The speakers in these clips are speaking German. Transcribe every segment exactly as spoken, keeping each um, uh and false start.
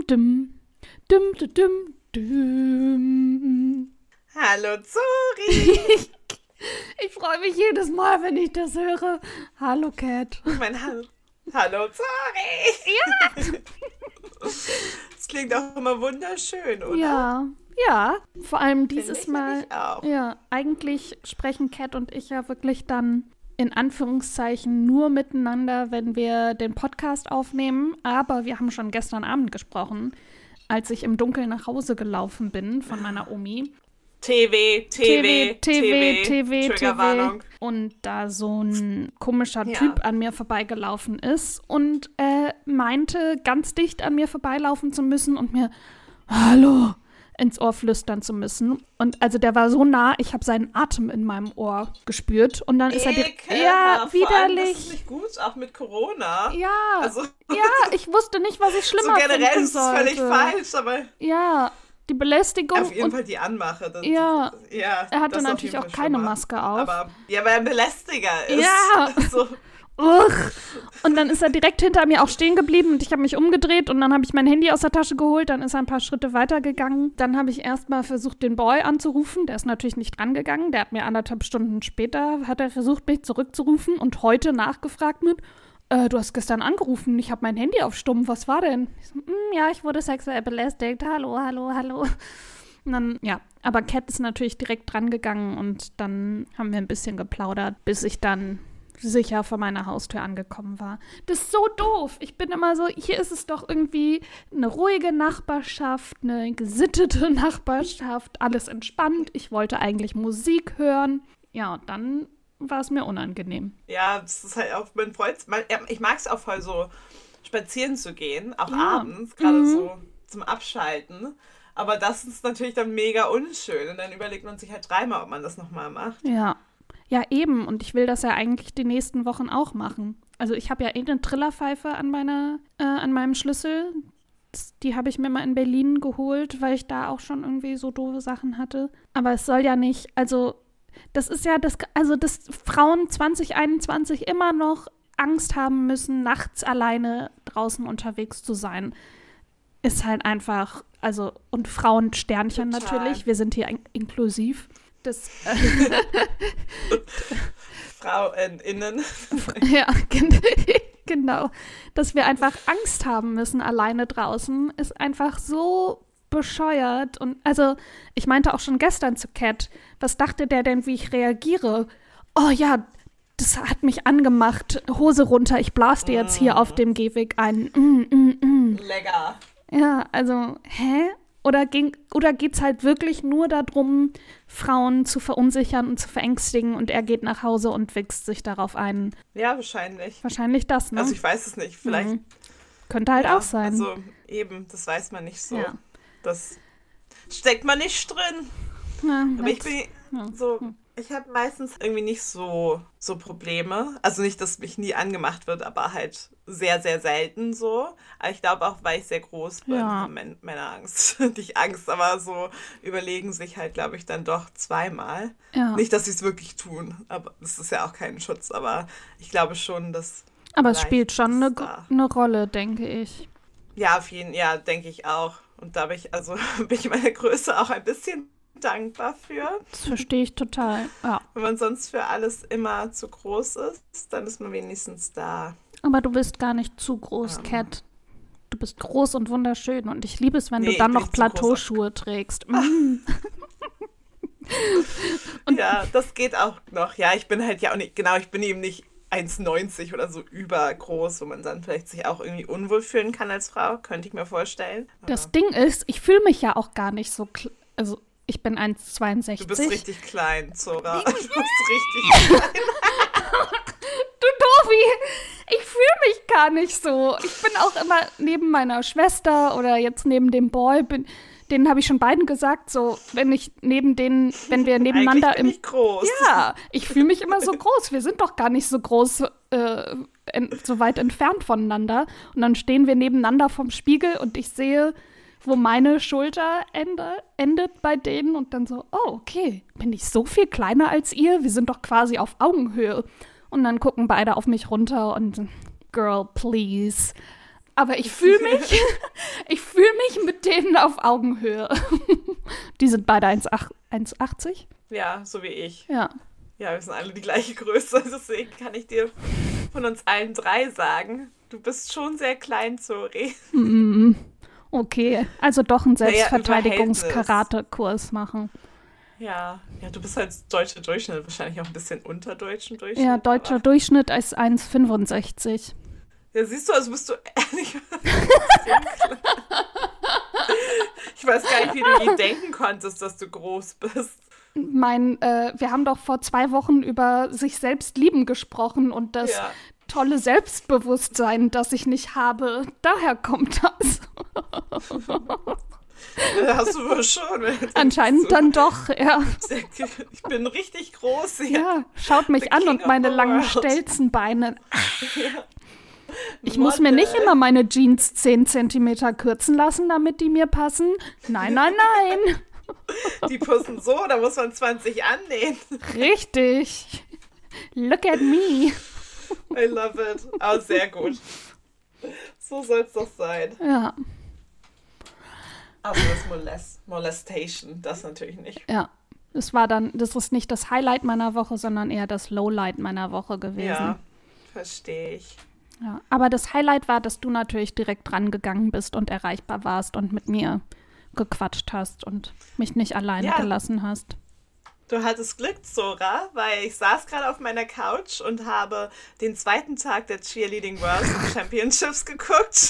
dum, dum, dum, dum, dum. Hallo Zuri! Ich freue mich jedes Mal, wenn ich das höre. Hallo Cat. Mein Hallo. Hallo Zuri! Ja! Das klingt auch immer wunderschön, oder? Ja, ja. Vor allem Find dieses ich Mal. nämlich auch. Ja, eigentlich sprechen Cat und ich ja wirklich dann in Anführungszeichen nur miteinander, wenn wir den Podcast aufnehmen. Aber wir haben schon gestern Abend gesprochen, als ich im Dunkeln nach Hause gelaufen bin von meiner Omi. T V, T V, T V, T V, Triggerwarnung. T V. Und da so ein komischer Ja. Typ an mir vorbeigelaufen ist und äh, meinte, ganz dicht an mir vorbeilaufen zu müssen und mir Hallo ins Ohr flüstern zu müssen. Und also der war so nah, ich habe seinen Atem in meinem Ohr gespürt. Und dann ist er direkt, ja, Ekelhaft. Vor allem, widerlich. das ist nicht gut, auch mit Corona. Ja, Also, ja, ich wusste nicht, was ich so schlimmer generell finden ist es sollte. völlig falsch, aber Ja, die Belästigung. auf jeden und Fall die Anmache. Das, Ja, ja, er hatte das ist auf natürlich jeden auch Fall keine schlimmer. Maske auf. Aber ja, weil er ein Belästiger ist. Ja. So. Uch. Und dann ist er direkt hinter mir auch stehen geblieben und ich habe mich umgedreht und dann habe ich mein Handy aus der Tasche geholt, dann ist er ein paar Schritte weitergegangen. Dann habe ich erstmal versucht, den Boy anzurufen, der ist natürlich nicht rangegangen, der hat mir anderthalb Stunden später, hat er versucht, mich zurückzurufen und heute nachgefragt mit, äh, du hast gestern angerufen, ich habe mein Handy auf Stumm, was war denn? Ich so, mm, ja, ich wurde sexuell belästigt, hallo, hallo, hallo. Und dann, ja, aber Cat ist natürlich direkt drangegangen und dann haben wir ein bisschen geplaudert, bis ich dann sicher vor meiner Haustür angekommen war. Das ist so doof. Ich bin immer so, hier ist es doch irgendwie eine ruhige Nachbarschaft, eine gesittete Nachbarschaft, alles entspannt. Ich wollte eigentlich Musik hören. Ja, und dann war es mir unangenehm. Ja, das ist halt auch, man freut ich mag es auch voll so, spazieren zu gehen, auch Ja. abends, gerade Mhm. so zum Abschalten. Aber das ist natürlich dann mega unschön und dann überlegt man sich halt dreimal, ob man das nochmal macht. Ja. Ja, eben. Und ich will das ja eigentlich die nächsten Wochen auch machen. Also ich habe ja eh eine Trillerpfeife an meiner, äh, an meinem Schlüssel. Das, die habe ich mir mal in Berlin geholt, weil ich da auch schon irgendwie so doofe Sachen hatte. Aber es soll ja nicht, also das ist ja das, also dass Frauen zwanzig einundzwanzig immer noch Angst haben müssen, nachts alleine draußen unterwegs zu sein, ist halt einfach, also und Frauensternchen Total. natürlich, wir sind hier in- inklusiv. Das, äh, Frauen innen. ja, gen- genau. Dass wir einfach Angst haben müssen alleine draußen, ist einfach so bescheuert. Und also, ich meinte auch schon gestern zu Cat, was dachte der denn, wie ich reagiere? Oh ja, das hat mich angemacht. Hose runter, ich blas dir jetzt hier auf dem Gehweg ein. Mm, mm, mm. Lecker. Ja, also, hä? Oder, ging, oder geht es halt wirklich nur darum, Frauen zu verunsichern und zu verängstigen und er geht nach Hause und wichst sich darauf ein? Ja, wahrscheinlich. Wahrscheinlich das, ne? Also ich weiß es nicht. Vielleicht. Mhm. Könnte halt ja, auch sein. Also eben, das weiß man nicht so. Ja. Das steckt man nicht drin. Ja, Aber ich jetzt- bin ja. so, ich habe meistens irgendwie nicht so, so Probleme. Also nicht, dass mich nie angemacht wird, aber halt sehr, sehr selten so. Aber ich glaube auch, weil ich sehr groß bin, Ja. haben Män- Männer Angst. Nicht Angst, aber so überlegen sich halt, glaube ich, dann doch zweimal. Ja. Nicht, dass sie es wirklich tun, aber das ist ja auch kein Schutz. Aber ich glaube schon, dass, Aber es vielleicht spielt schon eine, ist da- eine Rolle, denke ich. ja, auf jeden Fall, ja, denke ich auch. Und da bin ich, also bin ich meiner Größe auch ein bisschen dankbar für. Das verstehe ich total. Ja. Wenn man sonst für alles immer zu groß ist, dann ist man wenigstens da. Aber du bist gar nicht zu groß, Ähm. Cat. Du bist groß und wunderschön und ich liebe es, wenn Nee, du dann ich bin noch nicht zu groß. Plateauschuhe trägst. Mm. Ja, das geht auch noch. Ja, ich bin halt ja auch nicht, genau, ich bin eben nicht eins neunzig oder so übergroß, wo man dann vielleicht sich auch irgendwie unwohl fühlen kann als Frau, könnte ich mir vorstellen. Das Aber Ding ist, ich fühle mich ja auch gar nicht so, kl- also ich bin eins Komma zweiundsechzig. du bist richtig klein, Zora. Du bist richtig klein. Du Dovi, ich fühle mich gar nicht so. Ich bin auch immer neben meiner Schwester oder jetzt neben dem Boy, bin, denen habe ich schon beiden gesagt, so, wenn ich neben denen, wenn wir nebeneinander Eigentlich bin im... ich groß. Ja, ich fühle mich immer so groß. Wir sind doch gar nicht so groß, äh, en, so weit entfernt voneinander. Und dann stehen wir nebeneinander vom Spiegel und ich sehe, wo meine Schulter ende, endet bei denen und dann so, oh, okay, bin ich so viel kleiner als ihr? Wir sind doch quasi auf Augenhöhe. Und dann gucken beide auf mich runter und, girl, please. Aber ich fühle mich, ich fühle mit denen auf Augenhöhe. Die sind beide eins achtzig? Ja, so wie ich. Ja. Ja, wir sind alle die gleiche Größe, deswegen kann ich dir von uns allen drei sagen, du bist schon sehr klein, Zori. Mm, okay, also doch einen Naja, im Selbstverteidigungs-Karate-Kurs machen. Ja, ja, du bist halt deutscher Durchschnitt, wahrscheinlich auch ein bisschen unter deutschem Durchschnitt. Ja, deutscher aber... Durchschnitt ist eins Komma fünfundsechzig. Ja, siehst du, also bist du ehrlich. Ich weiß gar nicht, wie du je denken konntest, dass du groß bist. Mein, äh, wir haben doch vor zwei Wochen über sich selbst lieben gesprochen und das Ja. tolle Selbstbewusstsein, das ich nicht habe. Daher kommt das. Hast du wohl schon. Anscheinend so. dann doch, ja. Ich bin richtig groß hier. Ja, schaut mich The an King und of meine the langen world. Stelzenbeine. Ja. Ich muss mir nicht immer meine Jeans zehn Zentimeter kürzen lassen, damit die mir passen. Nein, nein, nein. Die passen so, da muss man zwanzig annähen. Richtig. Look at me. I love it. Aber sehr gut. So soll es doch sein. Ja, Aber das Molest Molestation, das natürlich nicht. ja. Das war dann, das ist nicht das Highlight meiner Woche, sondern eher das Lowlight meiner Woche gewesen. Ja, verstehe ich. Ja, aber das Highlight war, dass du natürlich direkt dran gegangen bist und erreichbar warst und mit mir gequatscht hast und mich nicht alleine Ja. gelassen hast. Du hattest Glück, Zora, weil ich saß gerade auf meiner Couch und habe den zweiten Tag der Cheerleading World Championships geguckt.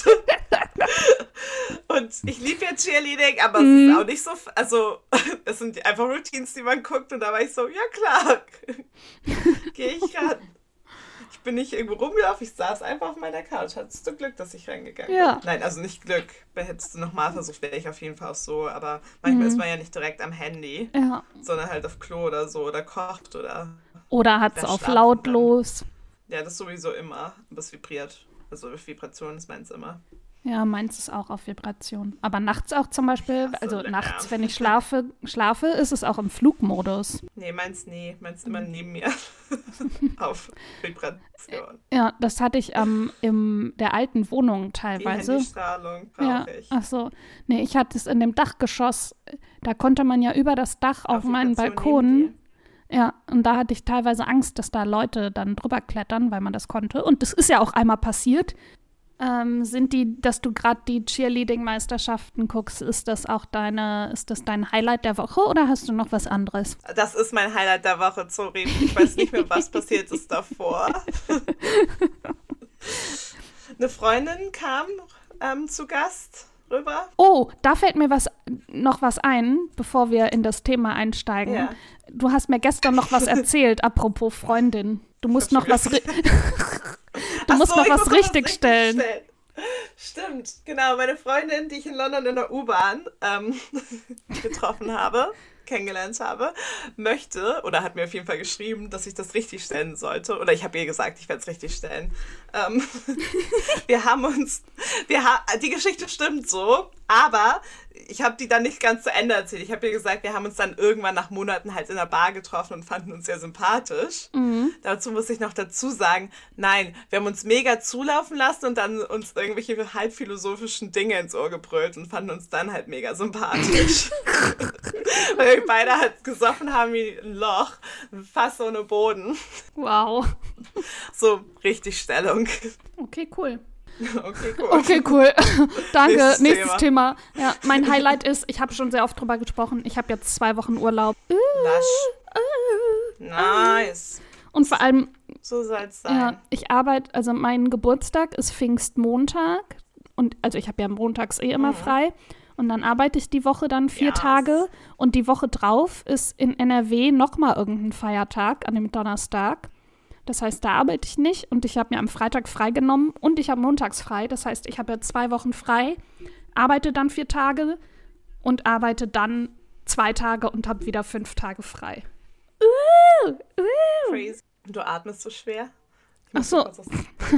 Und ich liebe ja Cheerleading, aber Mhm. es ist auch nicht so, f- also es sind einfach Routines, die man guckt und da war ich so, ja klar, gehe ich ran. Ich bin nicht irgendwo rumgelaufen, ich saß einfach auf meiner Couch. Hattest du Glück, dass ich reingegangen Ja. bin? Nein, also nicht Glück. Hättest du nochmal versucht, wäre ich auf jeden Fall auch so. Aber manchmal Mhm. ist man ja nicht direkt am Handy, Ja. sondern halt auf Klo oder so oder kocht oder... Oder hat es Wäscht auf ab und lautlos. Ja, das sowieso immer. Das vibriert. Also Vibration ist meins immer. Ja, meins ist auch auf Vibration. Aber nachts auch zum Beispiel, Ach so, also ja. nachts, wenn ich schlafe, schlafe, ist es auch im Flugmodus. Nee, meins nie. Meins immer neben mir. Auf Vibration. Ja, das hatte ich ähm, in der alten Wohnung Die teilweise. Handystrahlung brauche Ja, ich. ach so. Nee, ich hatte es in dem Dachgeschoss. Da konnte man ja über das Dach auf, Auf meinen Vibration Balkon. neben Ja, und da hatte ich teilweise Angst, dass da Leute dann drüber klettern, weil man das konnte. Und das ist ja auch einmal passiert. Ähm, sind die, dass du gerade die Cheerleading-Meisterschaften guckst, ist das auch deine, ist das dein Highlight der Woche oder hast du noch was anderes? Das ist mein Highlight der Woche, sorry. Ich weiß nicht mehr, was passiert ist davor. Eine Freundin kam ähm, zu Gast rüber. Oh, da fällt mir was, noch was ein, bevor wir in das Thema einsteigen. Ja. Du hast mir gestern noch was erzählt, apropos Freundin. Du musst noch was, ri- du Ach musst so, noch ich was muss richtig stellen. Stimmt, genau. Meine Freundin, die ich in London in der U-Bahn ähm, getroffen habe, kennengelernt habe, möchte, oder hat mir auf jeden Fall geschrieben, dass ich das richtig stellen sollte. Oder ich habe ihr gesagt, ich werde es richtig stellen. Ähm, wir haben uns, wir ha- die Geschichte stimmt so, aber ich habe die dann nicht ganz zu Ende erzählt. Ich habe ihr gesagt, wir haben uns dann irgendwann nach Monaten halt in der Bar getroffen und fanden uns sehr sympathisch. Mhm. Dazu muss ich noch dazu sagen, nein, wir haben uns mega zulaufen lassen und dann uns irgendwelche halb philosophischen Dinge ins Ohr gebrüllt und fanden uns dann halt mega sympathisch. Weil wir beide halt gesoffen haben wie ein Loch, ein Fass ohne Boden. Wow. So, richtig Stellung. Okay, cool. Okay, cool. Okay, cool. Danke. Nächstes Nächstes, Thema. Thema. Ja, mein Highlight ist, ich habe schon sehr oft drüber gesprochen, ich habe jetzt zwei Wochen Urlaub. Lasch. Nice. Und vor allem, So soll es sein. ja, ich arbeite, also mein Geburtstag ist Pfingstmontag. Und also ich habe ja montags eh immer Mhm. frei. Und dann arbeite ich die Woche dann vier Yes. Tage. Und die Woche drauf ist in N R W nochmal irgendein Feiertag an dem Donnerstag. Das heißt, da arbeite ich nicht. Und ich habe mir am Freitag freigenommen und ich habe montags frei. Das heißt, ich habe ja zwei Wochen frei, arbeite dann vier Tage und arbeite dann zwei Tage und habe wieder fünf Tage frei. Uh, uh. Crazy. Du atmest so schwer. Ich Ach muss so. kurz was-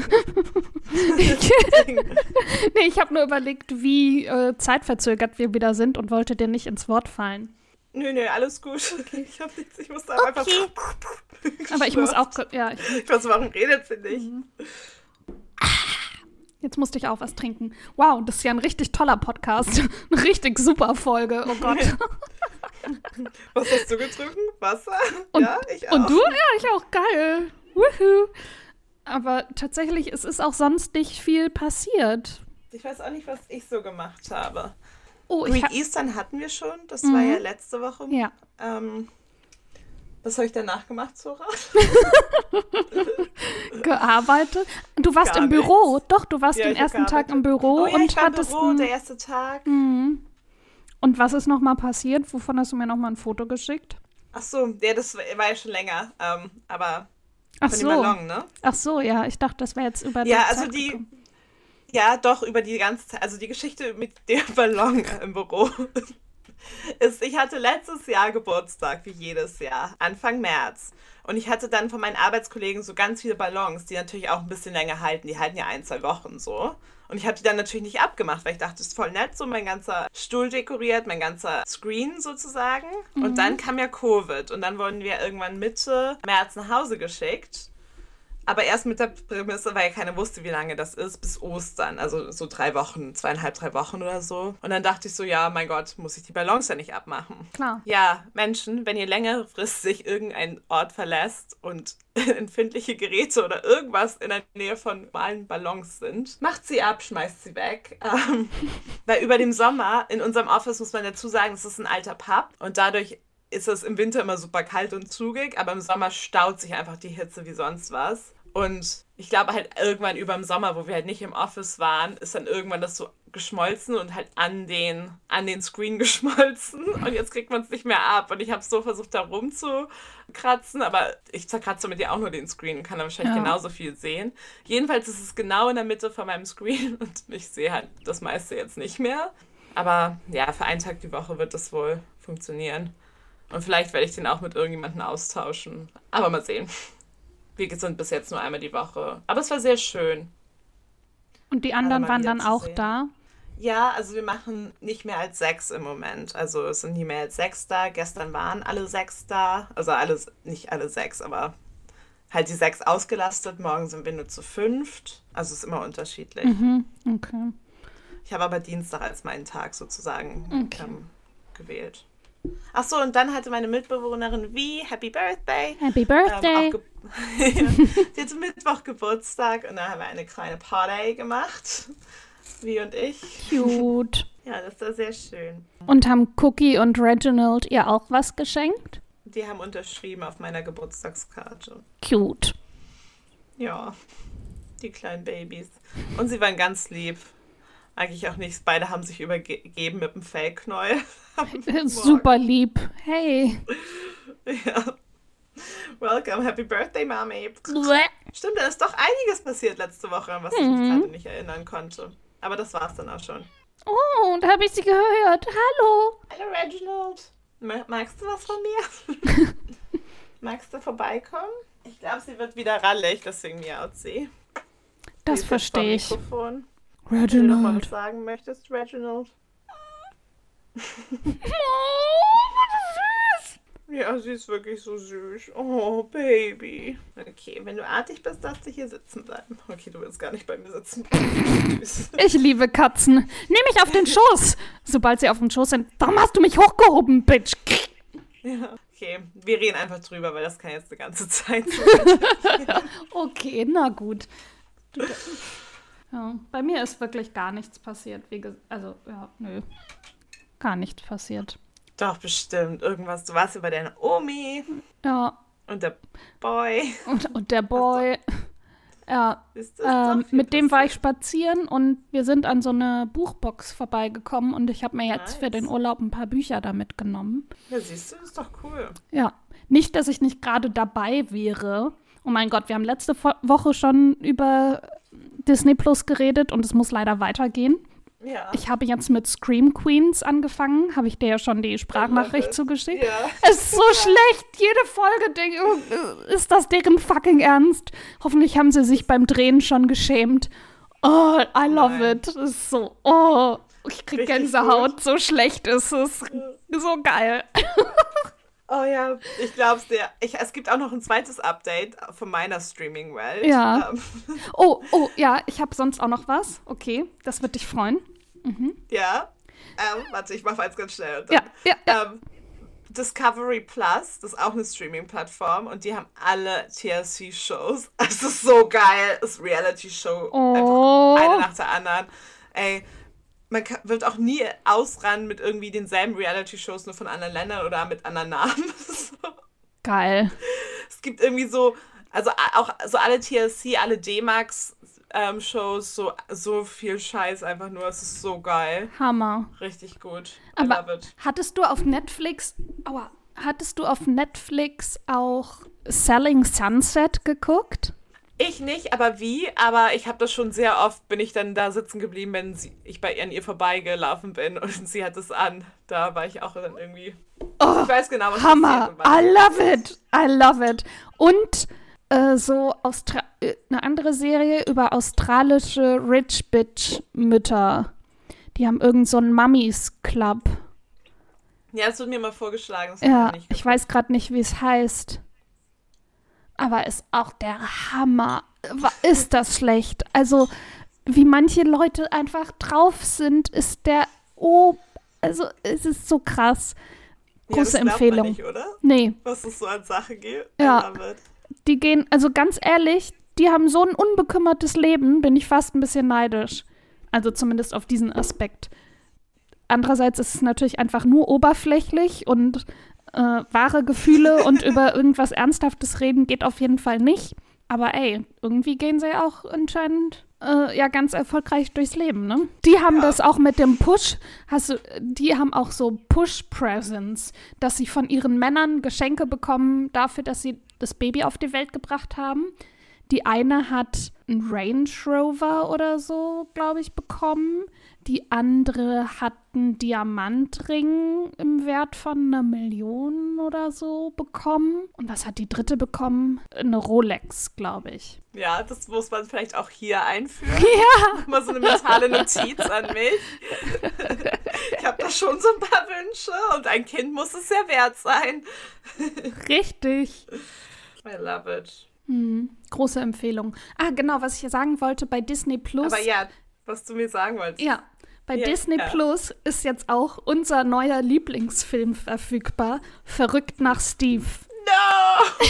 Nee, ich habe nur überlegt, wie äh, zeitverzögert wir wieder sind und wollte dir nicht ins Wort fallen. Nö, nö, alles gut. Ich hab nichts, ich musste einfach... Aber ich muss auch, ja, ich, Ich weiß, warum redet sie nicht? Jetzt musste ich auch was trinken. Wow, das ist ja ein richtig toller Podcast. Eine richtig super Folge, oh Gott. Was hast du getrunken? Wasser? Und, ja, ich auch. Und du? Ja, ich auch. Geil. Woohoo. Aber tatsächlich, es ist auch sonst nicht viel passiert. Ich weiß auch nicht, was ich so gemacht habe. Oh, ich Greek ha- Eastern hatten wir schon. Das Mhm. war ja letzte Woche. Ja. Ähm, was habe ich danach gemacht, Zora? Gearbeitet. Du warst Gar im Büro. nichts. Doch, du warst Ja, den ich hab ersten Tag gearbeitet. im Büro Oh ja, und ich war im hattest Büro, ein- der erste Tag. Mhm. Und was ist nochmal passiert? Wovon hast du mir nochmal ein Foto geschickt? Ach so, ja, das war ja schon länger. Ähm, aber Ach von so. dem Ballon, ne? Ach so, ja. Ich dachte, das wäre jetzt über Ja, die also Zeit die, gekommen. ja, doch, über die ganze Zeit, also die Geschichte mit dem Ballon im Büro ist, ich hatte letztes Jahr Geburtstag, wie jedes Jahr, Anfang März. Und ich hatte dann von meinen Arbeitskollegen so ganz viele Ballons, die natürlich auch ein bisschen länger halten. Die halten ja ein, zwei Wochen so. Und ich habe die dann natürlich nicht abgemacht, weil ich dachte, das ist voll nett, so mein ganzer Stuhl dekoriert, mein ganzer Screen sozusagen. Mhm. Und dann kam ja Covid und dann wurden wir irgendwann Mitte März nach Hause geschickt. Aber erst mit der Prämisse, weil ja keiner wusste, wie lange das ist, bis Ostern. Also so drei Wochen, zweieinhalb, drei Wochen oder so. Und dann dachte ich so, ja, mein Gott, muss ich die Ballons ja nicht abmachen. Klar. Ja, Menschen, wenn ihr längerfristig irgendeinen Ort verlässt und empfindliche Geräte oder irgendwas in der Nähe von normalen Ballons sind, macht sie ab, schmeißt sie weg. Ähm, weil über dem Sommer in unserem Office, muss man dazu sagen, es ist ein alter Pub und dadurch ist es im Winter immer super kalt und zugig, aber im Sommer staut sich einfach die Hitze wie sonst was. Und ich glaube halt irgendwann über dem Sommer, wo wir halt nicht im Office waren, ist dann irgendwann das so geschmolzen und halt an den, an den Screen geschmolzen. Und jetzt kriegt man es nicht mehr ab. Und ich habe so versucht, da rumzukratzen, aber ich zerkratze mit dir auch nur den Screen und kann da wahrscheinlich Ja. genauso viel sehen. Jedenfalls ist es genau in der Mitte von meinem Screen und ich sehe halt das meiste jetzt nicht mehr. Aber ja, für einen Tag die Woche wird das wohl funktionieren. Und vielleicht werde ich den auch mit irgendjemandem austauschen. Aber mal sehen. Wir sind bis jetzt nur einmal die Woche. Aber es war sehr schön. Und die anderen mal waren wieder dann zu auch sehen. da? Ja, also wir machen nicht mehr als sechs im Moment. Also es sind nie mehr als sechs da. Gestern waren alle sechs da. Also alle, nicht alle sechs, aber halt die sechs ausgelastet. Morgen sind wir nur zu fünft. Also es ist immer unterschiedlich. Mhm, okay. Ich habe aber Dienstag als meinen Tag sozusagen Okay. ähm, gewählt. Ach so, und dann hatte meine Mitbewohnerin wie Happy Birthday. Happy Ähm, Birthday. auch ge- ja, sie hatte Mittwoch Geburtstag und da haben wir eine kleine Party gemacht. Wie und ich. Cute. Ja, das war sehr schön. Und haben Cookie und Reginald ihr auch was geschenkt? Die haben unterschrieben auf meiner Geburtstagskarte. Cute. Ja, die kleinen Babys. Und sie waren ganz lieb. Eigentlich auch nichts. Beide haben sich übergeben mit dem Fake-Knäuel. Super lieb. Hey. Ja. Welcome, happy birthday, Mami. Bleh. Stimmt, da ist doch einiges passiert letzte Woche, an was ich mich gerade nicht erinnern konnte. Aber das war's dann auch schon. Oh, da habe ich sie gehört. Hallo. Hallo, Reginald. Ma- Magst du was von mir? Magst du vorbeikommen? Ich glaube, sie wird wieder rallig, deswegen miaut sie. Das Sie ist verstehe jetzt ich. vom Mikrofon. Wenn du noch mal Reginald. was sagen möchtest, Reginald. Oh, süß. Ja, sie ist wirklich so süß. Oh, Baby. Okay, wenn du artig bist, darfst du hier sitzen bleiben. Okay, du willst gar nicht bei mir sitzen. Süß. Ich liebe Katzen. Nimm mich auf den Schoß. Sobald sie auf dem Schoß sind. Warum hast du mich hochgehoben, Bitch? Ja, okay. Wir reden einfach drüber, weil das kann jetzt eine ganze Zeit sein. Okay, na gut. Du, ja, bei mir ist wirklich gar nichts passiert. Wie ges- also, ja, nö. Gar nichts passiert. Doch, bestimmt. Irgendwas. Du warst ja bei deiner Omi Ja, und der Boy. und, und der Boy. Ja, Ist das ähm, doch viel mit dem war ich passiert? spazieren und wir sind an so einer Buchbox vorbeigekommen und ich habe mir jetzt Nice. für den Urlaub ein paar Bücher da mitgenommen. Ja, siehst du, das ist doch cool. Ja, nicht, dass ich nicht gerade dabei wäre. Oh mein Gott, wir haben letzte Fo- Woche schon über Disney Plus geredet und es muss leider weitergehen. Ja. Ich habe jetzt mit Scream Queens angefangen. Habe ich dir ja schon die Sprachnachricht it. zugeschickt. Ja. Es ist so schlecht. Jede Folge denke ich, ist das deren fucking Ernst? Hoffentlich haben sie sich beim Drehen schon geschämt. Oh, I love Nein. it. Es ist so, oh, ich krieg Richtig Gänsehaut. So schlecht ist es. So geil. Oh ja, ich glaub's dir. Ich, es gibt auch noch ein zweites Update von meiner Streaming-Welt. Ja. Ähm, Oh, oh, ja, ich habe sonst auch noch was. Okay, das wird dich freuen. Mhm. ja. Ähm, warte, ich mache mal jetzt ganz schnell. Und Ja, dann, ja, ja. ähm, Discovery Plus, das ist auch eine Streaming-Plattform und die haben alle T L C-Shows. Es ist so geil. Es ist Reality-Show. Oh. Einfach eine nach der anderen. Ey, man kann, wird auch nie ausrennen mit irgendwie denselben Reality-Shows, nur von anderen Ländern oder mit anderen Namen. So. Geil. Es gibt irgendwie so, also a- auch so alle T L C, alle D-Max-Shows, so, so viel Scheiß einfach nur. Es ist so geil. Hammer. Richtig gut. I Aber love it. hattest du auf Netflix, aua, hattest du auf Netflix auch Selling Sunset geguckt? Ich nicht, aber wie? Aber ich habe das schon sehr oft, bin ich dann da sitzen geblieben, wenn sie, ich bei ihr an ihr vorbeigelaufen bin und sie hat es an. Da war ich auch dann irgendwie. Oh, ich weiß genau, was Hammer. passiert. und I love it. I love it. Und äh, so Austra äh, eine andere Serie über australische Rich Bitch Mütter. Die haben irgend so einen Mummies Club. Ja, es wird mir mal vorgeschlagen. Das hab Ja, ich nicht ich weiß gerade nicht, wie es heißt. Aber ist auch der Hammer. Wa- Ist das schlecht? Also, wie manche Leute einfach drauf sind, ist der oh, also es ist so krass. Ja, Große das glaubt Empfehlung. Man nicht, oder? Nee, Was es so an Sachen gibt. Ja. I love it. die gehen, also ganz ehrlich, die haben so ein unbekümmertes Leben, bin ich fast ein bisschen neidisch. Also zumindest auf diesen Aspekt. Andererseits ist es natürlich einfach nur oberflächlich und äh, wahre Gefühle und über irgendwas Ernsthaftes reden geht auf jeden Fall nicht. Aber ey, irgendwie gehen sie auch anscheinend äh, ja ganz erfolgreich durchs Leben, ne? Die haben Ja. das auch mit dem Push, hast du, die haben auch so Push-Presents, dass sie von ihren Männern Geschenke bekommen dafür, dass sie das Baby auf die Welt gebracht haben. Die eine hat einen Range Rover oder so, glaube ich, bekommen. Die andere hat einen Diamantring im Wert von einer Million oder so bekommen. Und was hat die dritte bekommen? Eine Rolex, glaube ich. Ja, das muss man vielleicht auch hier einführen. Ja. Mal so eine mentale Notiz an mich. Ich habe da schon so ein paar Wünsche und ein Kind muss es sehr wert sein. Richtig. I love it. Hm, große Empfehlung. Ah, genau, was ich hier sagen wollte, bei Disney Plus. Aber ja, was du mir sagen wolltest. Ja, bei Ja, Disney ja. Plus ist jetzt auch unser neuer Lieblingsfilm verfügbar. Verrückt nach Steve. No!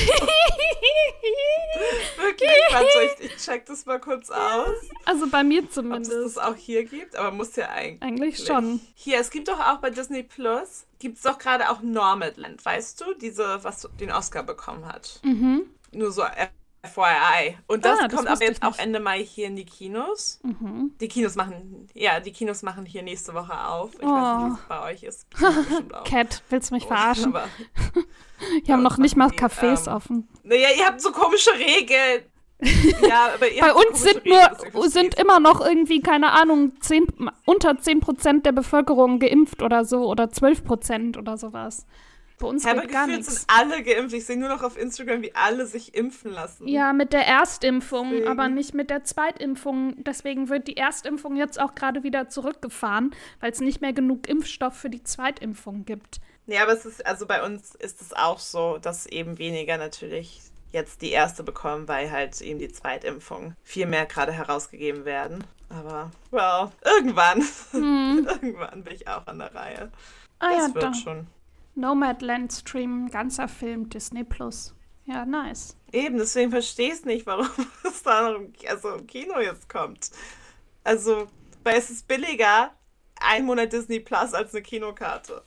Wirklich? Warte, ich, ich check das mal kurz aus. Also bei mir Ob es zumindest. das auch hier gibt, aber muss ja eigentlich. Eigentlich schon. Hier, es gibt doch auch bei Disney Plus, gibt es doch gerade auch Nomadland, weißt du? Diese, was den Oscar bekommen hat. Mhm. Nur so F Y I. Und das Ah, das kommt aber wusste ich jetzt auch nicht. Ende Mai hier in die Kinos. Mhm. Die Kinos machen, ja, die Kinos machen hier nächste Woche auf. Ich Oh. weiß nicht, wie es bei euch ist. Bestimmt auch. Cat, willst du mich verarschen? Aber, Die haben Ja, noch nicht mal die, Cafés ähm, offen. naja, ihr habt so komische Regeln. Ja, aber ihr Bei habt so uns komische sind Regeln, nur, deswegen verstehe sind ich's immer nicht. noch irgendwie, keine Ahnung, zehn, unter zehn Prozent der Bevölkerung geimpft oder so oder zwölf Prozent oder sowas. Bei uns Ja, aber geht gar gefühlt nichts. sind alle geimpft. Ich sehe nur noch auf Instagram, wie alle sich impfen lassen. Ja, mit der Erstimpfung, Deswegen. aber nicht mit der Zweitimpfung. Deswegen wird die Erstimpfung jetzt auch gerade wieder zurückgefahren, weil es nicht mehr genug Impfstoff für die Zweitimpfung gibt. Nee, aber es ist, also bei uns ist es auch so, dass eben weniger natürlich jetzt die erste bekommen, weil halt eben die Zweitimpfung viel mehr gerade herausgegeben werden. Aber, well, irgendwann, irgendwann bin ich auch an der Reihe. Ah Das ja, wird da. schon. Nomadland Stream, ganzer Film, Disney Plus. Ja, nice. Eben, deswegen verstehe ich es nicht, warum es da noch im, also im Kino jetzt kommt. Also, weil es ist billiger, ein Monat Disney Plus als eine Kinokarte.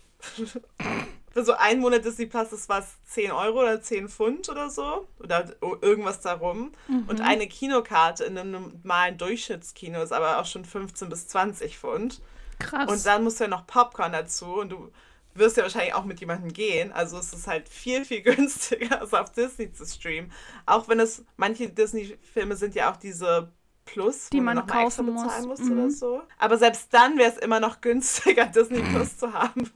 Für so ein Monat Disney Plus ist was zehn Euro oder zehn Pfund oder so. Oder irgendwas darum. Und eine Kinokarte in einem normalen Durchschnittskino ist aber auch schon fünfzehn bis zwanzig Pfund. Krass. Und dann musst du ja noch Popcorn dazu und du wirst ja wahrscheinlich auch mit jemandem gehen. Also es ist halt viel, viel günstiger, als auf Disney zu streamen. Auch wenn es, manche Disney-Filme sind ja auch diese Plus, Die wo man man noch mal extra kaufen bezahlen muss. muss Mhm. oder so. Aber selbst dann wäre es immer noch günstiger, Disney Plus zu haben.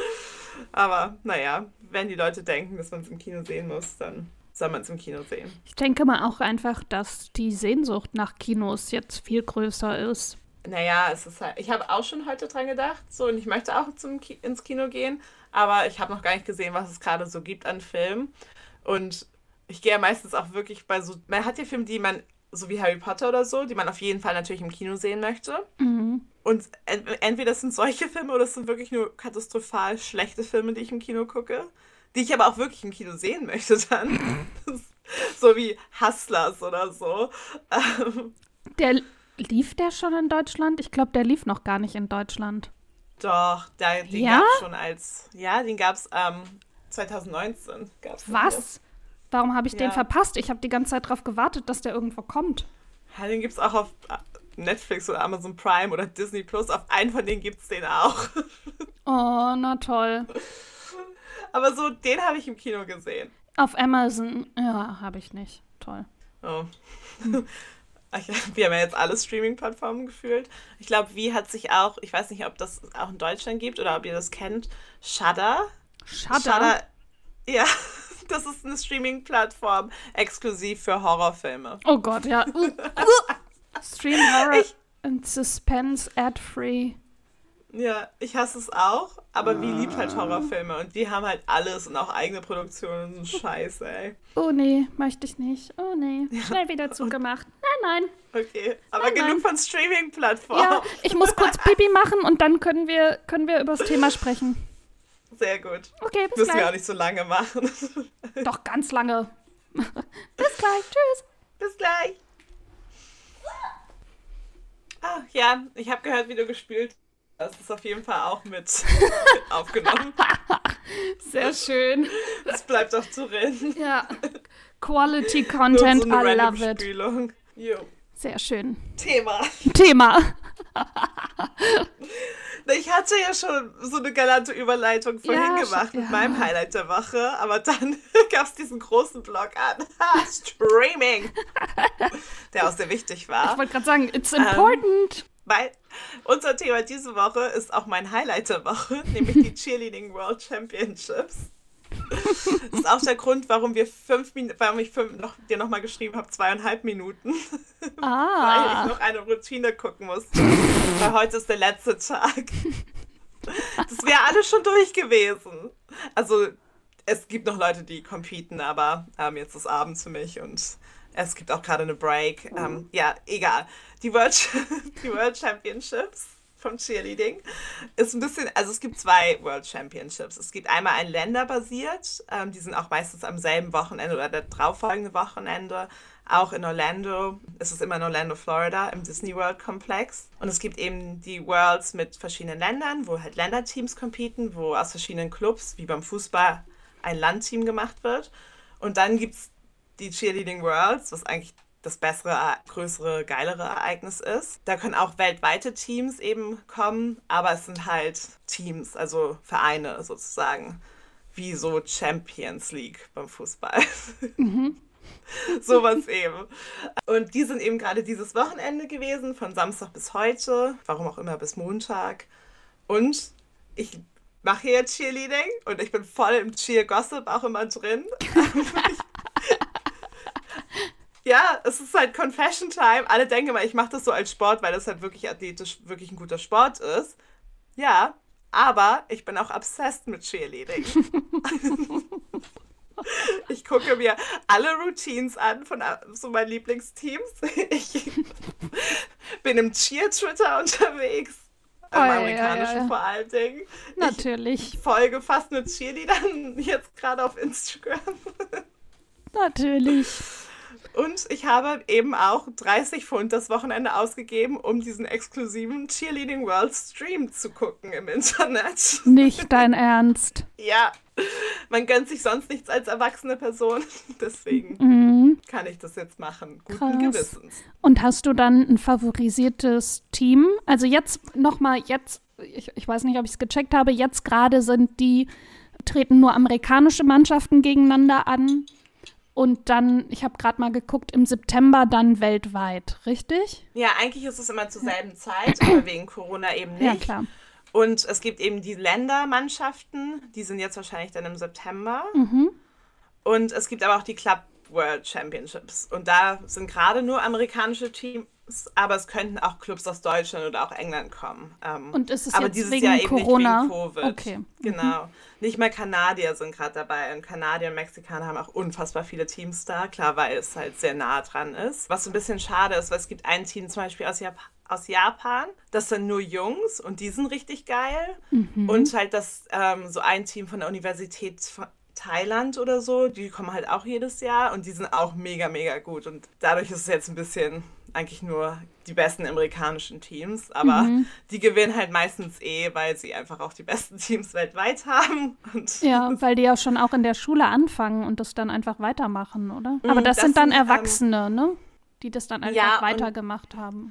Aber naja, wenn die Leute denken, dass man es im Kino sehen muss, dann soll man es im Kino sehen. Ich denke mal auch einfach, dass die Sehnsucht nach Kinos jetzt viel größer ist. naja, es ist halt, ich habe auch schon heute dran gedacht, so, und ich möchte auch zum Ki ins Kino gehen, aber ich habe noch gar nicht gesehen, was es gerade so gibt an Filmen. Und ich gehe ja meistens auch wirklich bei so, man hat ja Filme, die man, so wie Harry Potter oder so, die man auf jeden Fall natürlich im Kino sehen möchte. Mhm. Und ent entweder das sind solche Filme oder es sind wirklich nur katastrophal schlechte Filme, die ich im Kino gucke, die ich aber auch wirklich im Kino sehen möchte dann. So wie Hustlers oder so. Ähm, Der lief der schon in Deutschland? Ich glaube, der lief noch gar nicht in Deutschland. Doch, da, den Ja? gab es schon als, ja, den gab es ähm, zwanzig neunzehn. Gab's den Was? Warum habe ich den Ja. verpasst? Ich habe die ganze Zeit darauf gewartet, dass der irgendwo kommt. hier. Ja, den gibt es auch auf äh, Netflix oder Amazon Prime oder Disney Plus. Auf einen von denen gibt es den auch. Oh, na toll. Aber so, den habe ich im Kino gesehen. Auf Amazon, ja, habe ich nicht. Toll. Oh. Ich- Wir haben ja jetzt alle Streaming-Plattformen gefühlt. Ich glaube, Wie hat sich auch, ich weiß nicht, ob das auch in Deutschland gibt oder ob ihr das kennt, Shudder. Shudder? Ja, das ist eine Streaming-Plattform exklusiv für Horrorfilme. Oh Gott, ja. Uh, uh. Stream Horror Ich- and Suspense ad-free. Ja, ich hasse es auch, aber Wie liebt halt Horrorfilme und die haben halt alles und auch eigene Produktionen und so Scheiße, ey. Oh nee, möchte ich nicht. Oh nee. Schnell wieder zugemacht. Nein, nein. Okay, aber Nein, genug nein. von Streaming-Plattformen. Ja, ich muss kurz Pipi machen und dann können wir, können wir über das Thema sprechen. Sehr gut. Okay, bis Müssen wir auch gleich. nicht so lange machen. Doch, ganz lange. Bis gleich. Tschüss. Bis gleich. Ah, ja, ich habe gehört, wie du gespielt hast. Das ist auf jeden Fall auch mit aufgenommen. Sehr schön. Das bleibt auch drin. Ja. Quality Nur Content, so eine I random love it. Spülung. Jo. Sehr schön. Thema. Thema. Ich hatte ja schon so eine galante Überleitung vorhin Ja, gemacht schon- mit ja. meinem Highlight der Woche, aber dann gab es diesen großen Block an. Ha, Streaming. Der auch sehr wichtig war. Ich wollte gerade sagen, it's important. Weil unser Thema diese Woche ist auch mein Highlight der Woche, nämlich die Cheerleading World Championships. Das ist auch der Grund, warum wir fünf Minuten, warum ich fünf, noch, dir nochmal geschrieben habe, zweieinhalb Minuten, weil ich Ah. noch eine Routine gucken musste. Weil heute ist der letzte Tag. Das wäre alles schon durch gewesen. Also es gibt noch Leute, die competen, aber ähm, jetzt ist Abend für mich und es gibt auch gerade eine Break. Ähm, ja, egal. Die World, die World Championships vom Cheerleading ist ein bisschen, also es gibt zwei World Championships. Es gibt einmal ein länderbasiert, ähm, die sind auch meistens am selben Wochenende oder der darauffolgende Wochenende, auch in Orlando. Es ist immer in Orlando, Florida, im Disney World Komplex. Und es gibt eben die Worlds mit verschiedenen Ländern, wo halt Länderteams competen, wo aus verschiedenen Clubs, wie beim Fußball, ein Landteam gemacht wird. Und dann gibt es die Cheerleading Worlds, was eigentlich das bessere, größere, geilere Ereignis ist. Da können auch weltweite Teams eben kommen, aber es sind halt Teams, also Vereine sozusagen, wie so Champions League beim Fußball. Mhm. Sowas eben. Und die sind eben gerade dieses Wochenende gewesen, von Samstag bis heute, warum auch immer bis Montag. Und ich mache hier Cheerleading und ich bin voll im Cheer-Gossip auch immer drin. Ja, es ist halt Confession Time. Alle denken immer, ich mache das so als Sport, weil das halt wirklich athletisch wirklich ein guter Sport ist. Ja, aber ich bin auch obsessed mit Cheerleading. Ich gucke mir alle Routines an von so meinen Lieblingsteams. Ich bin im Cheer-Twitter unterwegs. Im Oh, ja, amerikanischen ja, ja. vor allen Dingen. Natürlich. Ich folge fast nur Cheerleadern jetzt gerade auf Instagram. Natürlich. Und ich habe eben auch dreißig Pfund das Wochenende ausgegeben, um diesen exklusiven Cheerleading World Stream zu gucken im Internet. Nicht dein Ernst. Ja, man gönnt sich sonst nichts als erwachsene Person. Deswegen Mhm. kann ich das jetzt machen. Guten Krass. Gewissens. Und hast du dann ein favorisiertes Team? Also jetzt nochmal, jetzt, ich, ich weiß nicht, ob ich es gecheckt habe, jetzt gerade sind die, treten nur amerikanische Mannschaften gegeneinander an. Und dann, ich habe gerade mal geguckt, im September dann weltweit, richtig? Ja, eigentlich ist es immer zur selben Zeit, aber wegen Corona eben nicht. Ja, klar. Und es gibt eben die Ländermannschaften, die sind jetzt wahrscheinlich dann im September. Mhm. Und es gibt aber auch die Club World Championships. Und da sind gerade nur amerikanische Team, aber es könnten auch Clubs aus Deutschland oder auch England kommen. Ähm, Und ist es aber jetzt dieses wegen Jahr eben Corona? nicht wegen Covid. Okay. Genau. Mhm. Nicht mal Kanadier sind gerade dabei. Und Kanadier und Mexikaner haben auch unfassbar viele Teams da. Klar, weil es halt sehr nah dran ist. Was so ein bisschen schade ist, weil es gibt ein Team zum Beispiel aus Japan, aus Japan, das sind nur Jungs und die sind richtig geil. Mhm. Und halt das ähm, so ein Team von der Universität von Thailand oder so, die kommen halt auch jedes Jahr und die sind auch mega, mega gut. Und dadurch ist es jetzt ein bisschen eigentlich nur die besten amerikanischen Teams, aber mhm. die gewinnen halt meistens eh, weil sie einfach auch die besten Teams weltweit haben. Und ja, weil die ja schon auch in der Schule anfangen und das dann einfach weitermachen, oder? Aber das, das sind dann sind, Erwachsene, ähm, ne? Die das dann einfach ja, weitergemacht haben.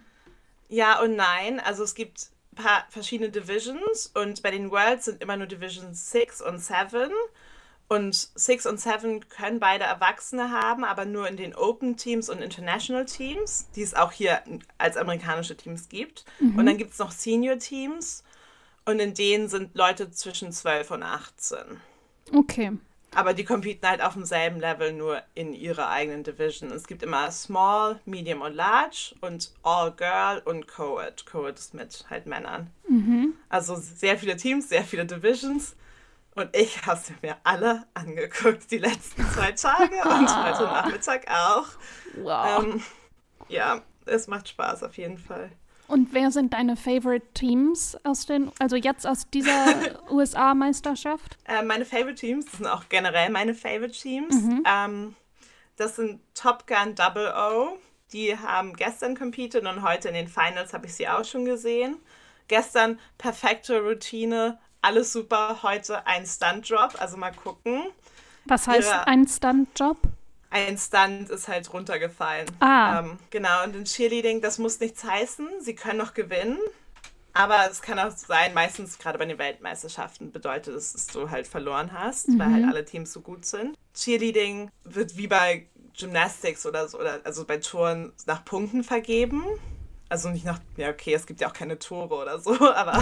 Ja und nein, also es gibt ein paar verschiedene Divisions und bei den Worlds sind immer nur Division sechs und sieben. Und sechs und sieben können beide Erwachsene haben, aber nur in den Open-Teams und International-Teams, die es auch hier als amerikanische Teams gibt. Mhm. Und dann gibt es noch Senior-Teams und in denen sind Leute zwischen zwölf und achtzehn. Okay. Aber die competen halt auf demselben Level, nur in ihrer eigenen Division. Es gibt immer Small, Medium und Large und All Girl und Co-Ed. Co-Ed ist mit halt Männern. Mhm. Also sehr viele Teams, sehr viele Divisions. Und ich habe sie mir alle angeguckt, die letzten zwei Tage und heute Nachmittag auch. Wow. Ähm, ja, es macht Spaß auf jeden Fall. Und wer sind deine Favorite Teams aus den, also jetzt aus dieser U S A-Meisterschaft? Äh, meine Favorite Teams, das sind auch generell meine Favorite Teams. Mhm. Ähm, das sind Top Gun Double O. Die haben gestern competed und heute in den Finals habe ich sie auch schon gesehen. Gestern perfekte Routine. Alles super, heute ein Stunt-Drop, also mal gucken. Was heißt Ihre, ein Stunt-Drop? Ein Stunt ist halt runtergefallen. Ah. Ähm, genau, und in Cheerleading, das muss nichts heißen, sie können noch gewinnen, aber es kann auch sein, meistens gerade bei den Weltmeisterschaften bedeutet es, dass du halt verloren hast, mhm. weil halt alle Teams so gut sind. Cheerleading wird wie bei Gymnastics oder so, oder also bei Touren nach Punkten vergeben. Also nicht nach, ja okay, es gibt ja auch keine Tore oder so, aber...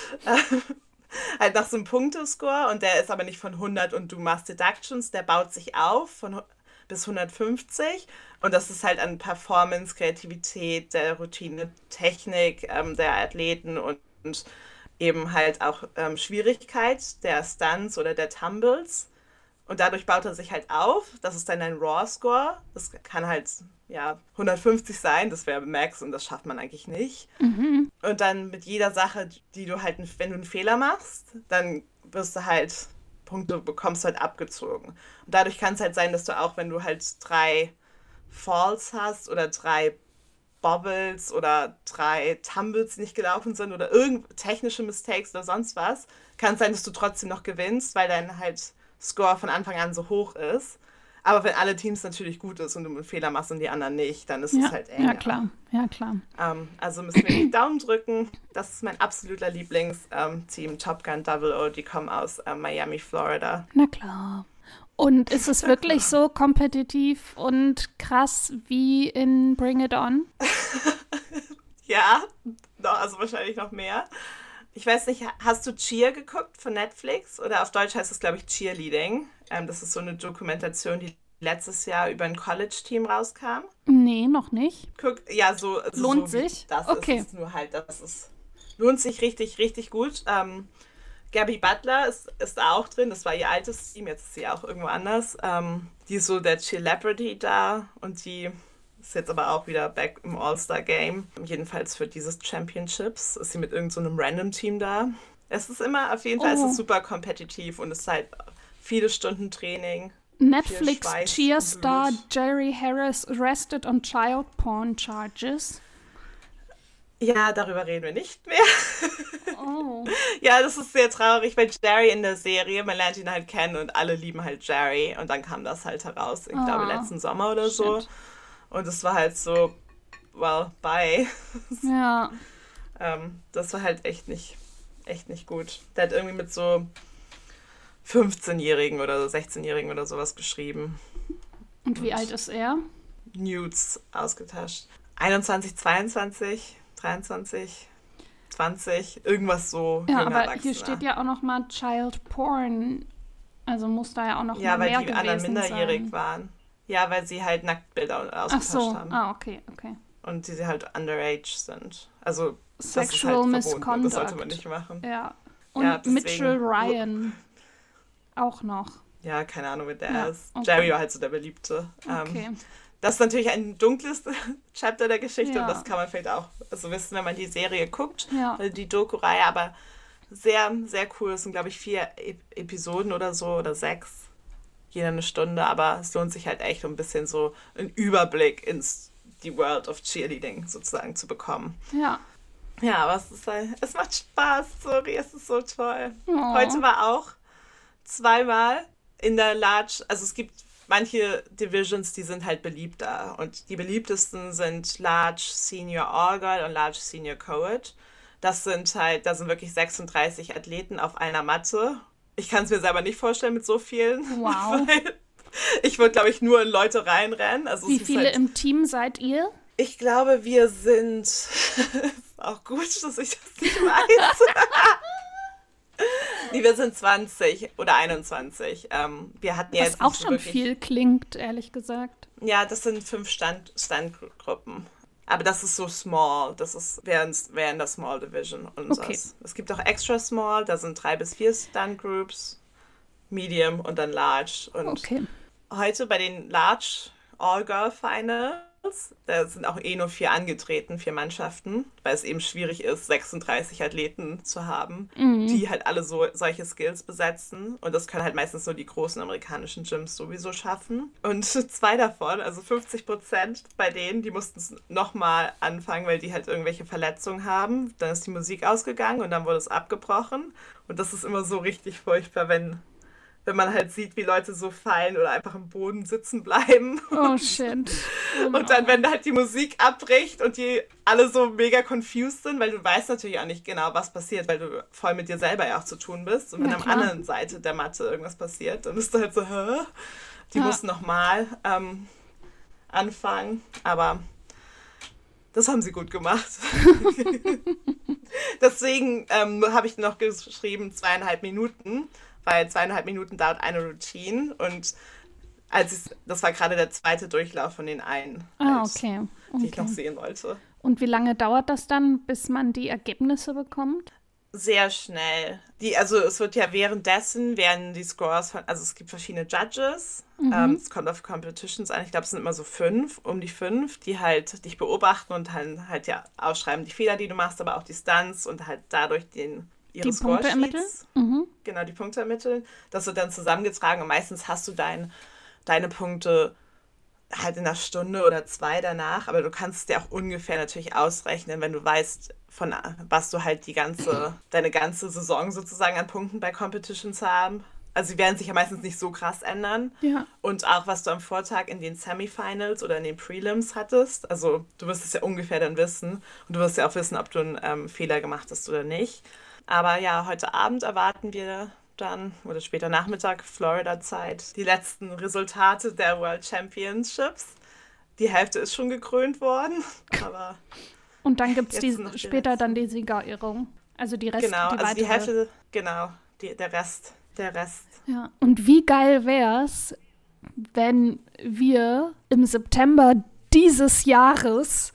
halt nach so einem Punktescore und der ist aber nicht von hundert und du machst Deductions, der baut sich auf von bis hundertfünfzig und das ist halt an Performance, Kreativität, der Routine, Technik ähm, der Athleten und, und eben halt auch ähm, Schwierigkeit der Stunts oder der Tumbles und dadurch baut er sich halt auf, das ist dann ein Raw-Score, das kann halt ja, hundertfünfzig sein, das wäre Max und das schafft man eigentlich nicht. Mhm. Und dann mit jeder Sache, die du halt, wenn du einen Fehler machst, dann wirst du halt, Punkte bekommst du halt abgezogen. Und dadurch kann es halt sein, dass du auch, wenn du halt drei Falls hast oder drei Bobbles oder drei Tumbles, die nicht gelaufen sind oder irgend technische Mistakes oder sonst was, kann es sein, dass du trotzdem noch gewinnst, weil dein halt Score von Anfang an so hoch ist. Aber wenn alle Teams natürlich gut ist und du einen Fehler machst und die anderen nicht, dann ist ja, es halt enger. Ja, klar. Ja, klar. Ähm, also müssen wir die Daumen drücken. Das ist mein absoluter Lieblingsteam, ähm, Top Gun Double O. Die kommen aus äh, Miami, Florida. Na klar. Und ist es wirklich so kompetitiv und krass wie in Bring It On? Ja, also wahrscheinlich noch mehr. Ich weiß nicht, hast du Cheer geguckt von Netflix? Oder auf Deutsch heißt es, glaube ich, Cheerleading. Ähm, das ist so eine Dokumentation, die letztes Jahr über ein College-Team rauskam. Nee, noch nicht. Guck, ja, so. Also lohnt so sich? Das okay. ist es nur halt, das ist, lohnt sich richtig, richtig gut. Ähm, Gabby Butler ist, ist da auch drin, das war ihr altes Team, jetzt ist sie auch irgendwo anders. Ähm, die ist so der Celebrity da und die ist jetzt aber auch wieder back im All-Star-Game. Jedenfalls für dieses Championships ist sie mit irgendeinem so Random-Team da. Es ist immer, auf jeden Fall, oh. es ist super kompetitiv und es ist halt viele Stunden Training. Netflix Cheerstar Jerry Harris arrested on child porn charges. Ja, darüber reden wir nicht mehr. Oh. Ja, das ist sehr traurig, weil Jerry in der Serie, man lernt ihn halt kennen und alle lieben halt Jerry und dann kam das halt heraus, ich oh. glaube letzten Sommer oder so. Shit. Und es war halt so, well, bye. Ja. ähm, das war halt echt nicht, echt nicht gut. Der hat irgendwie mit so fünfzehnjährigen oder sechzehnjährigen oder sowas geschrieben. Und wie und alt ist er? Nudes ausgetauscht. einundzwanzig, zweiundzwanzig, dreiundzwanzig, zwanzig, irgendwas so. Ja, aber hier steht ja auch noch mal Child Porn. Also muss da ja auch noch ja, mal mehr gewesen sein. Ja, weil die anderen minderjährig waren. Ja, weil sie halt Nacktbilder ausgetauscht Ach so. haben. Ah, okay, okay. und die halt underage sind. Also Sexual das ist halt verboten, das sollte Misconduct. man nicht machen. Ja. Und Ja, deswegen- Mitchell Ryan auch noch. Ja, keine Ahnung, wer der Ja, ist. okay. Jerry war halt so der Beliebte. Okay. Ähm, das ist natürlich ein dunkles Chapter der Geschichte Ja. und das kann man vielleicht auch also wissen, wenn man die Serie guckt, Ja. also die Doku-Reihe, aber sehr, sehr cool. Es sind, glaube ich, vier e- Episoden oder so oder sechs, jeder eine Stunde, aber es lohnt sich halt echt, um ein bisschen so einen Überblick ins die World of Cheerleading sozusagen zu bekommen. Ja. Ja, aber es ist halt, es macht Spaß, sorry, es ist so toll. Oh. Heute war auch zweimal in der Large, also es gibt manche Divisions, die sind halt beliebter und die beliebtesten sind Large Senior All-Girl und Large Senior Co-Ed. Das sind halt, da sind wirklich sechsunddreißig Athleten auf einer Matte. Ich kann es mir selber nicht vorstellen mit so vielen. Wow. Weil ich würde, glaube ich, nur in Leute reinrennen. Also Wie es ist viele halt, im Team seid ihr? ich glaube, wir sind, ist auch gut, dass ich das nicht weiß. Nee, wir sind zwanzig oder einundzwanzig. Ähm, wir hatten ja Was jetzt auch nicht so schon wirklich, viel klingt, ehrlich gesagt. Ja, das sind fünf Stand, Standgruppen. Aber das ist so small. Das ist, wäre wär in der Small Division unseres. Okay. Es gibt auch Extra Small, da sind drei bis vier Stand-Groups, Medium und dann Large. Und Okay. heute bei den Large All-Girl Finals, da sind auch eh nur vier angetreten, vier Mannschaften, weil es eben schwierig ist, sechsunddreißig Athleten zu haben, Mhm. die halt alle so solche Skills besetzen. Und das können halt meistens nur die großen amerikanischen Gyms sowieso schaffen. Und zwei davon, also fünfzig Prozent bei denen, die mussten es nochmal anfangen, weil die halt irgendwelche Verletzungen haben. Dann ist die Musik ausgegangen und dann wurde es abgebrochen. Und das ist immer so richtig furchtbar, wenn wenn man halt sieht, wie Leute so fallen oder einfach im Boden sitzen bleiben. Oh, shit. Oh, no. Und dann, wenn halt die Musik abbricht und die alle so mega confused sind, weil du weißt natürlich auch nicht genau, was passiert, weil du voll mit dir selber ja auch zu tun bist. Und wenn Ja, am klar. anderen Seite der Matte irgendwas passiert, dann bist du halt so, hä? Die Ja. mussten nochmal ähm, anfangen. Aber das haben sie gut gemacht. Deswegen ähm, habe ich noch geschrieben, zweieinhalb Minuten, weil zweieinhalb Minuten dauert eine Routine und als ich, das war gerade der zweite Durchlauf von den einen, Ah, halt, okay. die ich noch okay. sehen wollte. Und wie lange dauert das dann, bis man die Ergebnisse bekommt? Sehr schnell. Die, also es wird ja währenddessen, werden die Scores von, also es gibt verschiedene Judges, Mhm. ähm, es kommt auf Competitions an, ich glaube es sind immer so fünf, um die fünf, die halt dich beobachten und dann halt ja ausschreiben die Fehler, die du machst, aber auch die Stunts und halt dadurch den ihre Die Punkte ermitteln? Scoresheets, Mhm. genau, die Punkte ermitteln. Das wird dann zusammengetragen und meistens hast du dein, deine Punkte halt in einer Stunde oder zwei danach, aber du kannst dir auch ungefähr natürlich ausrechnen, wenn du weißt, von was du halt die ganze, deine ganze Saison sozusagen an Punkten bei Competitions haben. Also sie werden sich ja meistens nicht so krass ändern. Ja. Und auch, was du am Vortag in den Semifinals oder in den Prelims hattest. Also du wirst es ja ungefähr dann wissen. Und du wirst ja auch wissen, ob du einen ähm, Fehler gemacht hast oder nicht. Aber ja, heute Abend erwarten wir dann, oder später Nachmittag, Florida-Zeit, die letzten Resultate der World Championships. Die Hälfte ist schon gekrönt worden, aber Und dann gibt es Jetzt noch die später letzten. dann die Siegerehrung. Also die Rest, genau, die also die weitere. Hälfte, genau, die, der Rest, der Rest. Ja. Und wie geil wär's, wenn wir im September dieses Jahres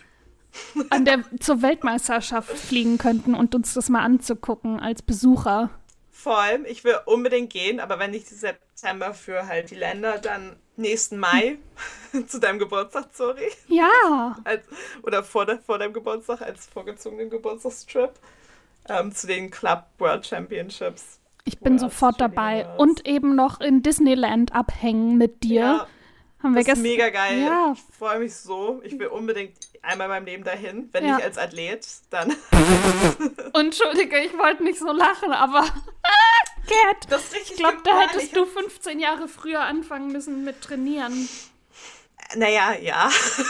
an der, zur Weltmeisterschaft fliegen könnten und uns das mal anzugucken als Besucher. Vor allem, ich will unbedingt gehen, aber wenn nicht September für halt die Länder, dann nächsten Mai zu deinem Geburtstag, sorry. Ja, Als, oder vor, de, vor deinem Geburtstag, als vorgezogenen Geburtstagstrip ähm, zu den Club World Championships. ich bin World sofort Cheerleading dabei. Worlds. Und eben noch in Disneyland abhängen mit dir. Ja, Haben wir das ist gestern. mega geil. Ja. Ich freue mich so. Ich will unbedingt einmal in meinem Leben dahin. Wenn Ja. nicht als Athlet, dann. Entschuldige, ich wollte nicht so lachen, aber Cat, Das ist richtig ich glaube, da gemein. hättest Ich- du fünfzehn Jahre früher anfangen müssen mit Trainieren. Naja, ja.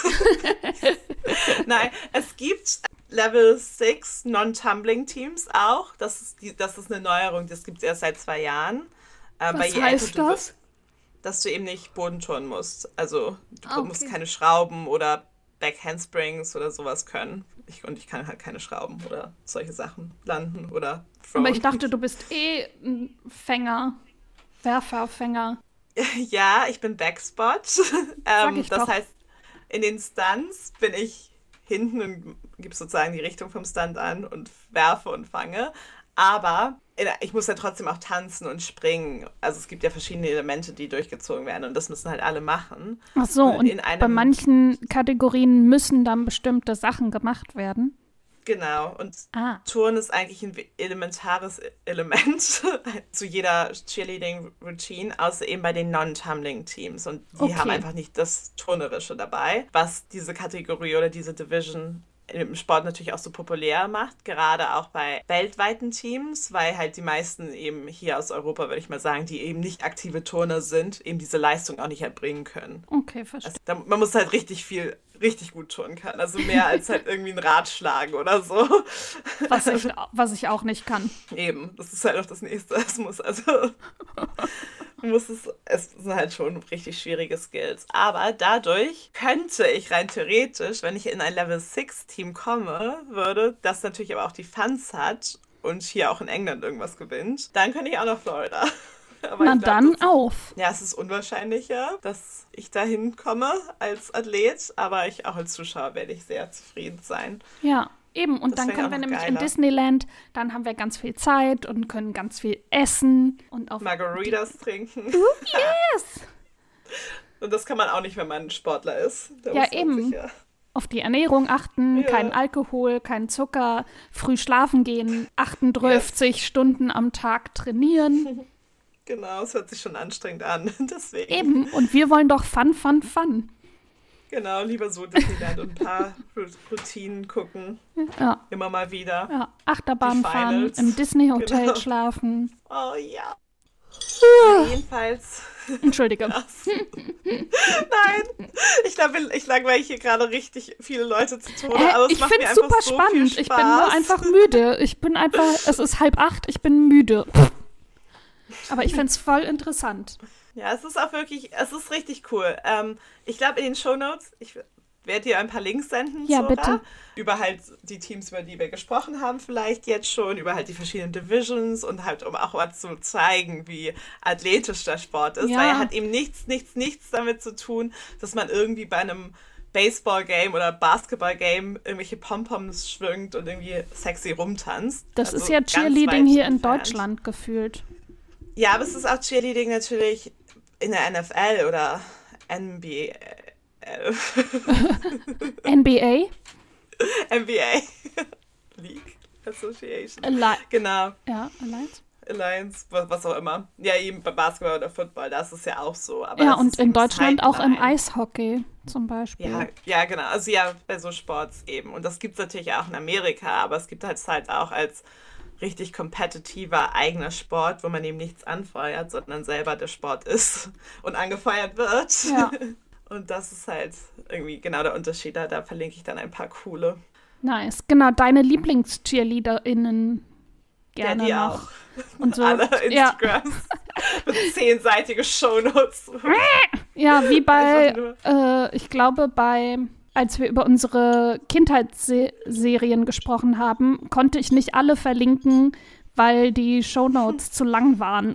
Nein, es gibt Level sechs Non-Tumbling-Teams auch. Das ist, die, das ist eine Neuerung, das gibt es erst seit zwei Jahren. Äh, Was je heißt älter du das? wirst, dass du eben nicht Bodenturnen musst. Also du Ah, okay. musst keine Schrauben oder Back-Handsprings oder sowas können. Ich, und ich kann halt keine Schrauben oder solche Sachen landen oder throwen. Aber ich dachte, du bist eh ein Fänger, Werferfänger. Ja, ich bin Backspot. Sag ähm, ich das doch. heißt, in den Stunts bin ich hinten und gebe sozusagen die Richtung vom Stand an und werfe und fange. Aber ich muss ja trotzdem auch tanzen und springen. Also es gibt ja verschiedene Elemente, die durchgezogen werden und das müssen halt alle machen. Ach so, und, in einem, bei manchen Kategorien müssen dann bestimmte Sachen gemacht werden. Genau, und ah. Turnen ist eigentlich ein elementares Element zu jeder Cheerleading-Routine, außer eben bei den Non-Tumbling-Teams. Und die okay. haben einfach nicht das Turnerische dabei, was diese Kategorie oder diese Division im Sport natürlich auch so populär macht, gerade auch bei weltweiten Teams, weil halt die meisten eben hier aus Europa, würde ich mal sagen, die eben nicht aktive Turner sind, eben diese Leistung auch nicht erbringen können. Okay, verstehe. Also da, man muss halt richtig viel, richtig gut turnen können, also mehr als halt irgendwie ein Rad schlagen oder so. Was ich, was ich auch nicht kann. Eben, das ist halt auch das Nächste. Es muss also, muss es, es sind halt schon richtig schwierige Skills. Aber dadurch könnte ich rein theoretisch, wenn ich in ein Level six Team komme, würde, das natürlich aber auch die Fans hat und hier auch in England irgendwas gewinnt, dann könnte ich auch nach Florida. Aber Na glaub, dann das, auf. Ja, es ist unwahrscheinlicher, dass ich dahin komme als Athlet, aber ich auch als Zuschauer werde ich sehr zufrieden sein. Ja, eben. Und das dann können wir nämlich geiler. in Disneyland, dann haben wir ganz viel Zeit und können ganz viel essen und auf Margaritas trinken. Ooh, yes! Und das kann man auch nicht, wenn man Sportler ist. Da ja, eben. Ja auf die Ernährung achten, ja. kein Alkohol, kein Zucker, früh schlafen gehen, achtundfünfzig yes. Stunden am Tag trainieren. Genau, es hört sich schon anstrengend an, deswegen. Eben, und wir wollen doch Fun, Fun, Fun. Genau, lieber so Disneyland und ein paar Routinen gucken. Ja. Immer mal wieder. Ja, Achterbahn fahren, im Disney-Hotel genau. schlafen. Oh ja. ja. Jedenfalls. Entschuldige. Nein, ich glaube, ich langweile hier gerade richtig viele Leute zu Tode. Äh, aber es ich macht finde mir es super so spannend. Ich bin nur einfach müde. Ich bin einfach, es ist halb acht, ich bin müde. Aber ich finde es voll interessant. Ja, es ist auch wirklich, es ist richtig cool. Ähm, ich glaube, in den Shownotes, ich werde dir ein paar Links senden, ja, Zora, bitte. über halt die Teams, über die wir gesprochen haben vielleicht jetzt schon, über halt die verschiedenen Divisions und halt, um auch mal zu zeigen, wie athletisch der Sport ist. Ja. Weil er hat eben nichts, nichts, nichts damit zu tun, dass man irgendwie bei einem Baseball-Game oder Basketball-Game irgendwelche Pompoms schwingt und irgendwie sexy rumtanzt. Das also ist ja Cheerleading hier in entfernt. Deutschland gefühlt. Ja, aber es ist auch Cheerleading natürlich in der N F L oder N B A. N B A? N B A. League Association. Alli- genau. Ja, Alliance. Alliance, was, was auch immer. Ja, eben bei Basketball oder Football, das ist ja auch so. Aber ja, das und ist in Deutschland Sideline. auch im Eishockey zum Beispiel. Ja, ja, genau. Also ja, bei so Sports eben. Und das gibt es natürlich auch in Amerika, aber es gibt halt halt auch als richtig kompetitiver eigener Sport, wo man eben nichts anfeuert, sondern selber der Sport ist und angefeuert wird. Ja. Und das ist halt irgendwie genau der Unterschied. Da, da verlinke ich dann ein paar coole. Nice. Genau, deine Lieblings-CheerleaderInnen gerne ja, die noch. auch. Und so. Alle Instagrams. Ja. Mit zehnseitige Shownotes. Ja, wie bei, äh, ich glaube, bei, als wir über unsere Kindheitsserien gesprochen haben, konnte ich nicht alle verlinken, weil die Shownotes zu lang waren.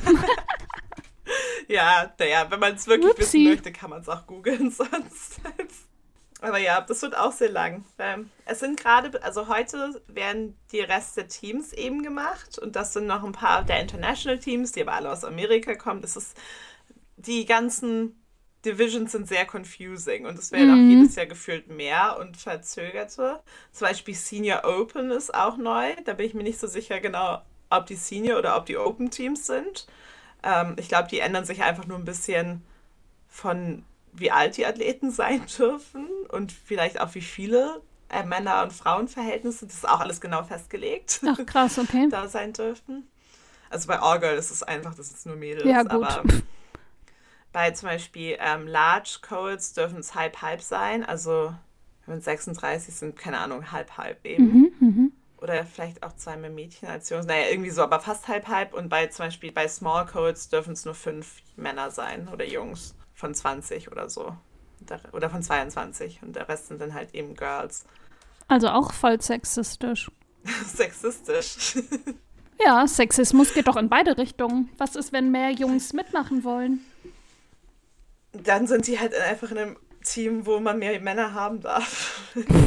Ja, naja, wenn man es wirklich Upsi. wissen möchte, kann man es auch googeln sonst. Aber ja, das wird auch sehr lang. Es sind gerade, also heute werden die Rest der Teams eben gemacht und das sind noch ein paar der International Teams, die aber alle aus Amerika kommen. Das ist, die ganzen Divisions sind sehr confusing und es werden Mhm. auch jedes Jahr gefühlt mehr und verzögerte. Zum Beispiel Senior Open ist auch neu. Da bin ich mir nicht so sicher genau, ob die Senior oder ob die Open Teams sind. Ähm, ich glaube, die ändern sich einfach nur ein bisschen von wie alt die Athleten sein dürfen und vielleicht auch wie viele äh, Männer- und Frauenverhältnisse, das ist auch alles genau festgelegt, Ach, krass, okay. da sein dürften. Also bei All Girl ist es einfach, das ist nur Mädels, Ja, gut. aber bei zum Beispiel ähm, Large Codes dürfen es halb-halb sein, also wenn es sechsunddreißig sind, keine Ahnung, halb-halb eben. Mhm, mhm. Oder vielleicht auch zwei mehr Mädchen als Jungs. Naja, irgendwie so, aber fast halb-halb. Und bei zum Beispiel bei Small Codes dürfen es nur fünf Männer sein oder Jungs von zwanzig oder so. Oder von zweiundzwanzig. Und der Rest sind dann halt eben Girls. Also auch voll sexistisch. Sexistisch. Ja, Sexismus geht doch in beide Richtungen. Was ist, wenn mehr Jungs mitmachen wollen? Dann sind die halt einfach in einem Team, wo man mehr Männer haben darf.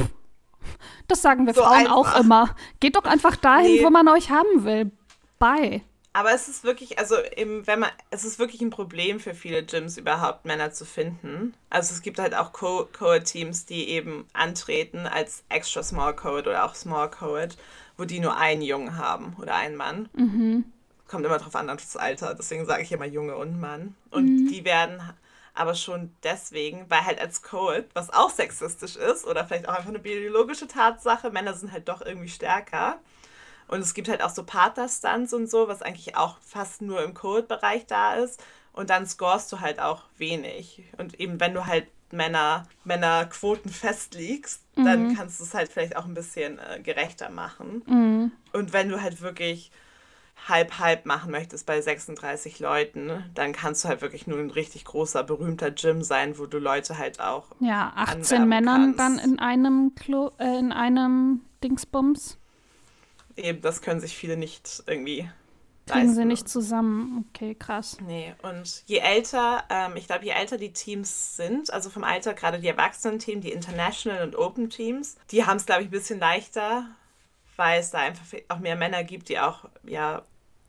Das sagen wir So Frauen einfach. auch immer. Geht doch einfach dahin, Nee. wo man euch haben will. Bye. Aber es ist wirklich, also im, wenn man, es ist wirklich ein Problem für viele Gyms überhaupt Männer zu finden. Also es gibt halt auch Co- Co-Ed-Teams, die eben antreten als Extra Small Co-Ed oder auch Small Co-Ed, wo die nur einen Jungen haben oder einen Mann. Mhm. Kommt immer drauf an, auf das Alter. Deswegen sage ich immer Junge und Mann. Und die werden aber schon deswegen, weil halt als Co-Ed, was auch sexistisch ist oder vielleicht auch einfach eine biologische Tatsache, Männer sind halt doch irgendwie stärker. Und es gibt halt auch so Partner-Stunts und so, was eigentlich auch fast nur im Co-Ed-Bereich da ist. Und dann scorest du halt auch wenig. Und eben wenn du halt Männer, Männerquoten festlegst, dann kannst du es halt vielleicht auch ein bisschen äh, gerechter machen. Mhm. Und wenn du halt wirklich halb-halb machen möchtest bei sechsunddreißig Leuten, dann kannst du halt wirklich nur ein richtig großer, berühmter Gym sein, wo du Leute halt auch Ja, achtzehn anwerben Männern kannst. dann in einem Klo, äh, in einem Dingsbums. Eben, das können sich viele nicht irgendwie Kriegen sie leisten. nicht zusammen. Okay, krass. Nee, und je älter, ähm, ich glaube, je älter die Teams sind, also vom Alter, gerade die Erwachsenen-Team, die International- und Open-Teams, die haben es, glaube ich, ein bisschen leichter, weil es da einfach auch mehr Männer gibt, die auch, ja,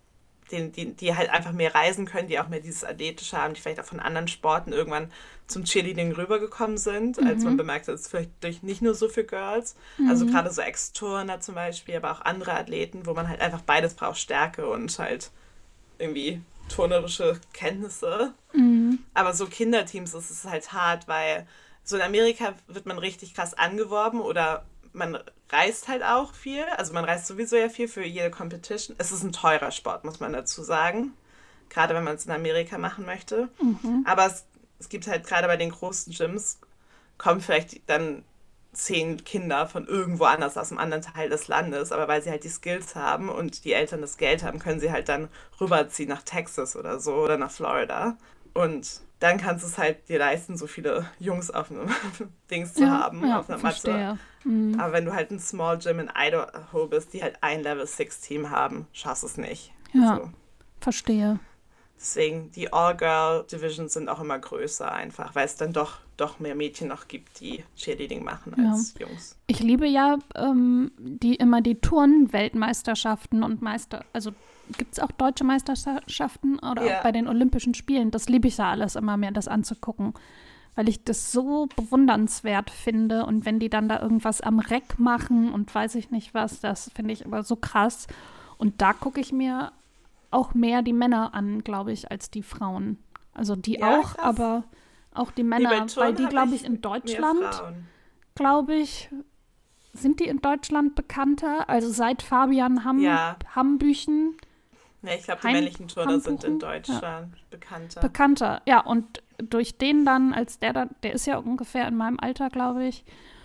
die, die, die halt einfach mehr reisen können, die auch mehr dieses Athletische haben, die vielleicht auch von anderen Sporten irgendwann zum Cheerleading rübergekommen sind, als man bemerkt hat, es ist vielleicht durch nicht nur so für Girls. Also gerade so Ex-Turner zum Beispiel, aber auch andere Athleten, wo man halt einfach beides braucht, Stärke und halt irgendwie turnerische Kenntnisse. Mhm. Aber so Kinderteams ist es halt hart, weil so in Amerika wird man richtig krass angeworben oder man reist halt auch viel. Also man reist sowieso ja viel für jede Competition. Es ist ein teurer Sport, muss man dazu sagen. Gerade wenn man es in Amerika machen möchte. Mhm. Aber es, es gibt halt gerade bei den großen Gyms, kommen vielleicht dann zehn Kinder von irgendwo anders aus einem anderen Teil des Landes. Aber weil sie halt die Skills haben und die Eltern das Geld haben, können sie halt dann rüberziehen nach Texas oder so oder nach Florida. Und dann kannst du es halt dir leisten, so viele Jungs auf einem Dings zu Ja, haben, ja, auf einer verstehe. Matte. Mhm. Aber wenn du halt ein Small Gym in Idaho bist, die halt ein Level sechs Team haben, schaffst du es nicht. Ja. So. Verstehe. Deswegen, die All-Girl-Divisions sind auch immer größer einfach, weil es dann doch, doch mehr Mädchen noch gibt, die Cheerleading machen als Jungs. Ich liebe ja ähm, die immer die Turn-Weltmeisterschaften und Meister, also gibt es auch deutsche Meisterschaften oder Ja. auch bei den Olympischen Spielen. Das liebe ich ja alles immer mehr, das anzugucken, weil ich das so bewundernswert finde. Und wenn die dann da irgendwas am Reck machen und weiß ich nicht was, das finde ich aber so krass. Und da gucke ich mir auch mehr die Männer an, glaube ich, als die Frauen. Also die Ja, auch, krass. aber auch die Nee, Männer, bei weil Turnen die, hab glaube ich ich, in mehr Deutschland, Frauen. glaube ich, sind die in Deutschland bekannter? Also seit Fabian Hamm, Ja. Hambüchen Ja, ich glaube, die Hein- männlichen Turner sind in Hambuchen? Deutschland bekannter. bekannter. Ja, und durch den dann, als der dann, der ist ja ungefähr in meinem Alter, glaube ich,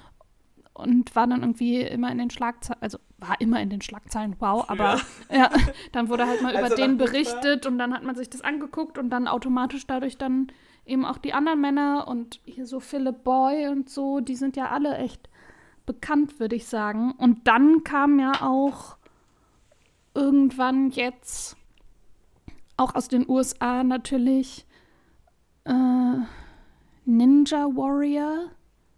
und war dann irgendwie immer in den Schlagzeilen, also war immer in den Schlagzeilen, wow, aber ja, dann wurde halt mal über Also den noch nicht berichtet und dann hat man sich das angeguckt und dann automatisch dadurch dann eben auch die anderen Männer und hier so Philip Boy und so, die sind ja alle echt bekannt, würde ich sagen. Und dann kam ja auch irgendwann jetzt auch aus den U S A natürlich äh, Ninja Warrior.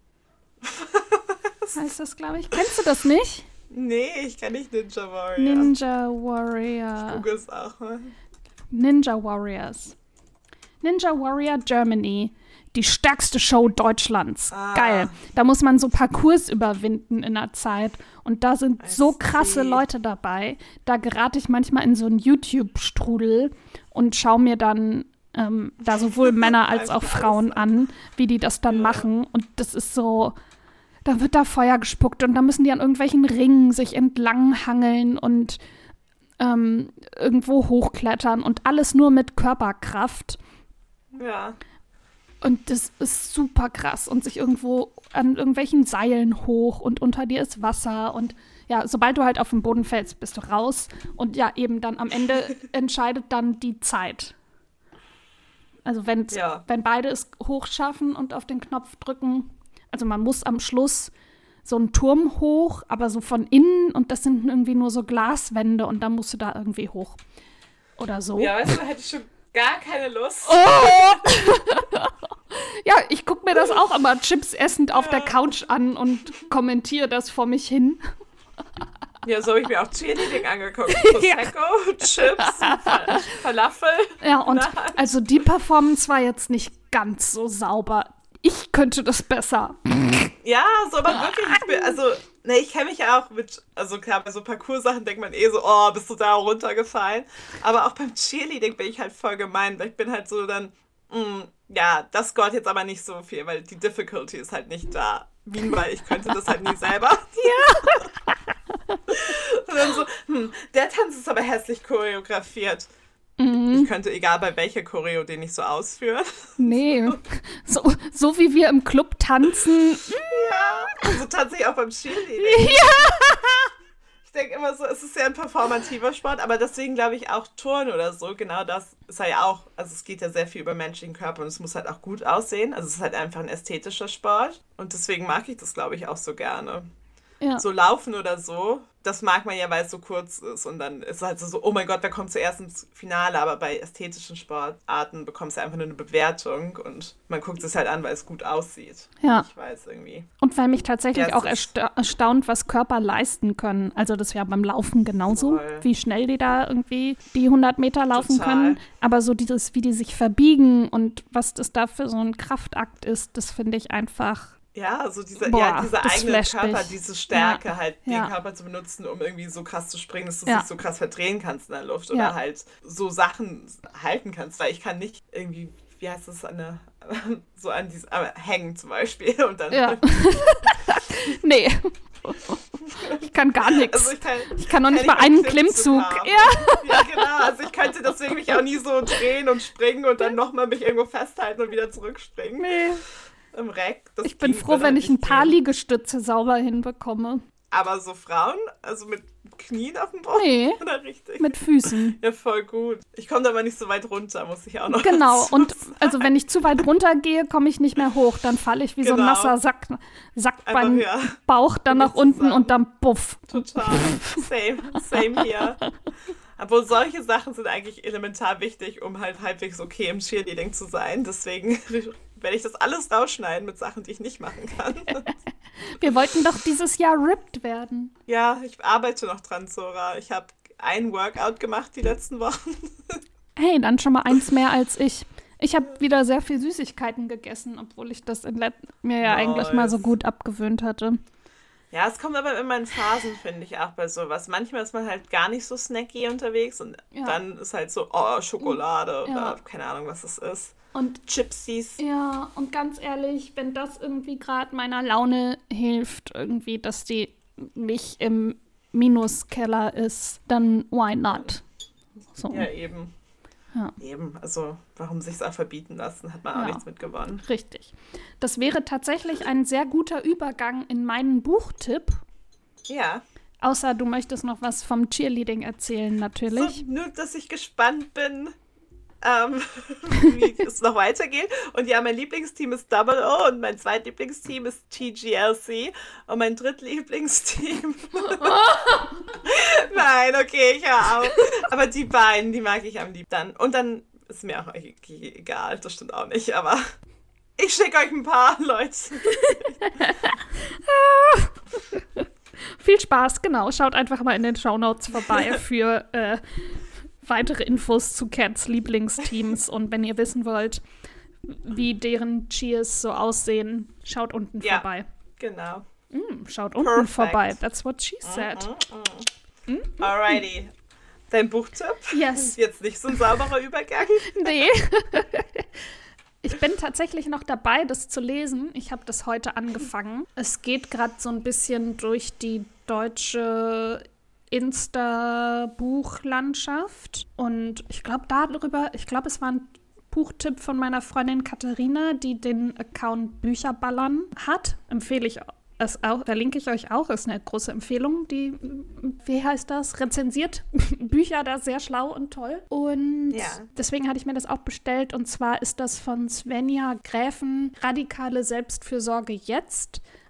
Heißt das, glaube ich. Kennst du das nicht? Nee, ich kann nicht Ninja Warrior. Ninja Warrior. Google es auch mal. Ninja Warriors. Ninja Warrior Germany. Die stärkste Show Deutschlands. Ah. Geil. Da muss man so Parcours überwinden in der Zeit. Und da sind I so krasse see. Leute dabei. Da gerate ich manchmal in so einen YouTube-Strudel und schaue mir dann ähm, da sowohl Männer als auch Einfach Frauen alles an, wie die das dann Ja. machen. Und das ist so, da wird da Feuer gespuckt und da müssen die an irgendwelchen Ringen sich entlanghangeln und ähm, irgendwo hochklettern und alles nur mit Körperkraft. Ja. Und das ist super krass. Und sich irgendwo an irgendwelchen Seilen hoch und unter dir ist Wasser. Und ja, sobald du halt auf den Boden fällst, bist du raus. Und ja, eben dann am Ende entscheidet dann die Zeit. Also wenn's, Ja. wenn beide es hochschaffen und auf den Knopf drücken. Also man muss am Schluss so einen Turm hoch, aber so von innen. Und das sind irgendwie nur so Glaswände. Und dann musst du da irgendwie hoch. Oder so. Ja, weißt du, da hätte ich schon gar keine Lust. Oh! Ja, ich gucke mir das auch immer Chips essend auf der Couch an und kommentiere das vor mich hin. Ja, so habe ich mir auch Cheerleading angeguckt. Prosecco, ja. Chips, Fal- Falafel. Ja, und also die Performance war jetzt nicht ganz so sauber. Ich könnte das besser. Ja, so, aber wirklich, ich bin, also, ne, ich kenne mich ja auch mit, also klar, bei so Parcours-Sachen denkt man eh so, oh, bist du da runtergefallen? Aber auch beim Cheerleading bin ich halt voll gemein, weil ich bin halt so dann, mh, ja, das scoret jetzt aber nicht so viel, weil die Difficulty ist halt nicht da. Weil ich könnte das halt nie selber. Ja. Und dann so, hm, der Tanz ist aber hässlich choreografiert. Mhm. Ich könnte, egal bei welcher Choreo, den nicht so ausführen. Nee, so, so wie wir im Club tanzen. Ja, also tatsächlich auch beim Cheerleading. Ja. Ich denke immer so, es ist ja ein performativer Sport, aber deswegen glaube ich auch Turnen oder so, genau das ist ja auch, also es geht ja sehr viel über den menschlichen Körper und es muss halt auch gut aussehen. Also es ist halt einfach ein ästhetischer Sport und deswegen mag ich das, glaube ich, auch so gerne. Ja. So laufen oder so, das mag man ja, weil es so kurz ist und dann ist es halt so, oh mein Gott, wer kommt zuerst ins Finale, aber bei ästhetischen Sportarten bekommst du einfach nur eine Bewertung und man guckt es halt an, weil es gut aussieht. Ja. Ich weiß irgendwie. Und weil mich tatsächlich ja, auch ersta- erstaunt, was Körper leisten können. Also das ist ja beim Laufen genauso, voll. Wie schnell die da irgendwie die hundert Meter laufen Total. Können. Aber so dieses, wie die sich verbiegen und was das da für so ein Kraftakt ist, das finde ich einfach... Ja, so diese, Boah, ja, dieser eigene Körper, dich. diese Stärke, ja. halt ja. den Körper zu benutzen, um irgendwie so krass zu springen, dass du ja. dich so krass verdrehen kannst in der Luft ja. oder halt so Sachen halten kannst, weil ich kann nicht irgendwie, wie heißt das, an der, so an dieses, äh, hängen zum Beispiel und dann... Ja. Nee. Ich kann gar nichts. Also ich, kann, ich kann noch nicht mal einen Klimmzug. Ja. ja, genau. Also ich könnte deswegen mich auch nie so drehen und springen und dann nochmal mich irgendwo festhalten und wieder zurückspringen. Nee. Im Reck. Das ich bin froh, wenn ich ein paar gehen. Liegestütze sauber hinbekomme. Aber so Frauen, also mit Knien auf dem Boden? Nee, oder richtig? Mit Füßen. Ja, voll gut. Ich komme da aber nicht so weit runter, muss ich auch noch Genau, und sagen. Also wenn ich zu weit runter gehe, komme ich nicht mehr hoch. Dann falle ich wie genau. so ein nasser Sack, Sack beim ja. Bauch dann nach unten zusammen. Und dann puff. Total. Same, same hier. Aber solche Sachen sind eigentlich elementar wichtig, um halt halbwegs okay im Cheerleading zu sein. Deswegen werde ich das alles rausschneiden mit Sachen, die ich nicht machen kann. Wir wollten doch dieses Jahr ripped werden. Ja, ich arbeite noch dran, Zora. Ich habe ein Workout gemacht die letzten Wochen. Hey, dann schon mal eins mehr als ich. Ich habe wieder sehr viel Süßigkeiten gegessen, obwohl ich das in Let- mir ja nice. Eigentlich mal so gut abgewöhnt hatte. Ja, es kommt aber immer in Phasen, finde ich, auch bei sowas. Manchmal ist man halt gar nicht so snacky unterwegs und ja. dann ist halt so, oh, Schokolade ja. oder keine Ahnung, was es ist. Und Chipsies. Ja, und ganz ehrlich, wenn das irgendwie gerade meiner Laune hilft, irgendwie, dass die nicht im Minuskeller ist, dann why not? So. Ja, eben. Ja. Eben, also warum sich es auch verbieten lassen, hat man auch ja. nichts mit gewonnen. Richtig. Das wäre tatsächlich ein sehr guter Übergang in meinen Buchtipp. Ja. Außer du möchtest noch was vom Cheerleading erzählen, natürlich. So, nur, dass ich gespannt bin, ähm, wie es noch weitergeht. Und ja, mein Lieblingsteam ist Double O und mein zweitlieblingsteam ist T G L C und mein drittlieblingsteam Nein, okay, ich hör auf. Aber die beiden, die mag ich am liebsten. Dann. Und dann ist mir auch egal, das stimmt auch nicht, aber ich schicke euch ein paar Leute. Viel Spaß, genau. Schaut einfach mal in den Shownotes vorbei für äh, weitere Infos zu Cats Lieblingsteams. Und wenn ihr wissen wollt, wie deren Cheers so aussehen, schaut unten ja, vorbei. Genau. Mm, schaut unten Perfect. Vorbei. That's what she said. Mm, mm, mm. Alrighty. Dein Buchtipp? Yes. Jetzt nicht so ein sauberer Übergang. Nee. Ich bin tatsächlich noch dabei, das zu lesen. Ich habe das heute angefangen. Es geht gerade so ein bisschen durch die deutsche Insta-Buchlandschaft. Und ich glaube darüber, ich glaube, es war ein Buchtipp von meiner Freundin Katharina, die den Account Bücherballern hat. Empfehle ich es auch, verlinke ich euch auch. Ist eine große Empfehlung, die, wie heißt das, rezensiert Bücher da sehr schlau und toll. Und ja. deswegen hatte ich mir das auch bestellt. Und zwar ist das von Svenja Gräfen, Radikale Selbstfürsorge jetzt.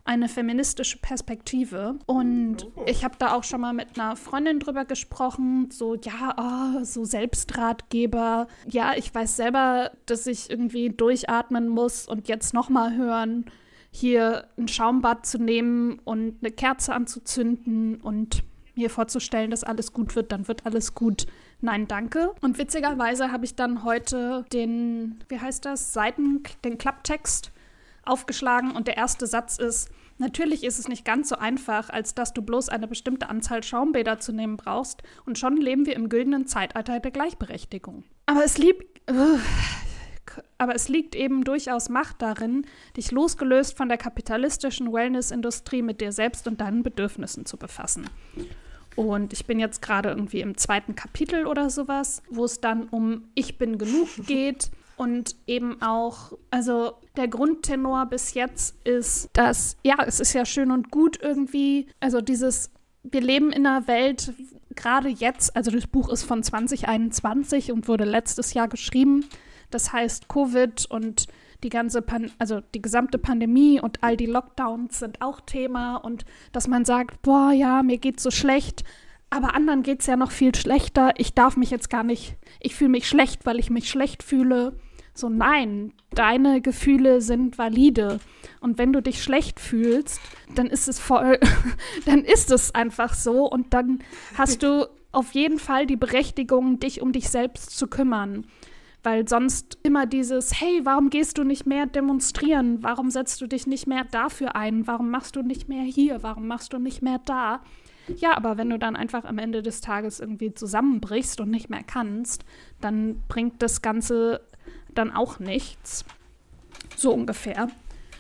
eine feministische Perspektive. Und ich habe da auch schon mal mit einer Freundin drüber gesprochen, so, ja, oh, so Selbstratgeber. Ja, ich weiß selber, dass ich irgendwie durchatmen muss und jetzt nochmal hören, hier ein Schaumbad zu nehmen und eine Kerze anzuzünden und mir vorzustellen, dass alles gut wird, dann wird alles gut. Nein, danke. Und witzigerweise habe ich dann heute den, wie heißt das, Seiten, den Klapptext aufgeschlagen und der erste Satz ist: Natürlich ist es nicht ganz so einfach, als dass du bloß eine bestimmte Anzahl Schaumbäder zu nehmen brauchst, und schon leben wir im güldenen Zeitalter der Gleichberechtigung. Aber es liegt, uh, aber es liegt eben durchaus Macht darin, dich losgelöst von der kapitalistischen Wellness-Industrie mit dir selbst und deinen Bedürfnissen zu befassen. Und ich bin jetzt gerade irgendwie im zweiten Kapitel oder sowas, wo es dann um Ich bin genug geht. Und eben auch, also der Grundtenor bis jetzt ist, dass, ja, es ist ja schön und gut irgendwie, also dieses, wir leben in einer Welt, gerade jetzt, also das Buch ist von zwanzig einundzwanzig und wurde letztes Jahr geschrieben. Das heißt, Covid und die ganze, Pan- also die gesamte Pandemie und all die Lockdowns sind auch Thema, und dass man sagt, boah, ja, mir geht's so schlecht, aber anderen geht's ja noch viel schlechter. Ich darf mich jetzt gar nicht, ich fühle mich schlecht, weil ich mich schlecht fühle. So, nein, deine Gefühle sind valide. Und wenn du dich schlecht fühlst, dann ist es voll, dann ist es einfach so, und dann hast du auf jeden Fall die Berechtigung, dich um dich selbst zu kümmern. Weil sonst immer dieses, hey, warum gehst du nicht mehr demonstrieren? Warum setzt du dich nicht mehr dafür ein? Warum machst du nicht mehr hier? Warum machst du nicht mehr da? Ja, aber wenn du dann einfach am Ende des Tages irgendwie zusammenbrichst und nicht mehr kannst, dann bringt das Ganze dann auch nichts. So ungefähr.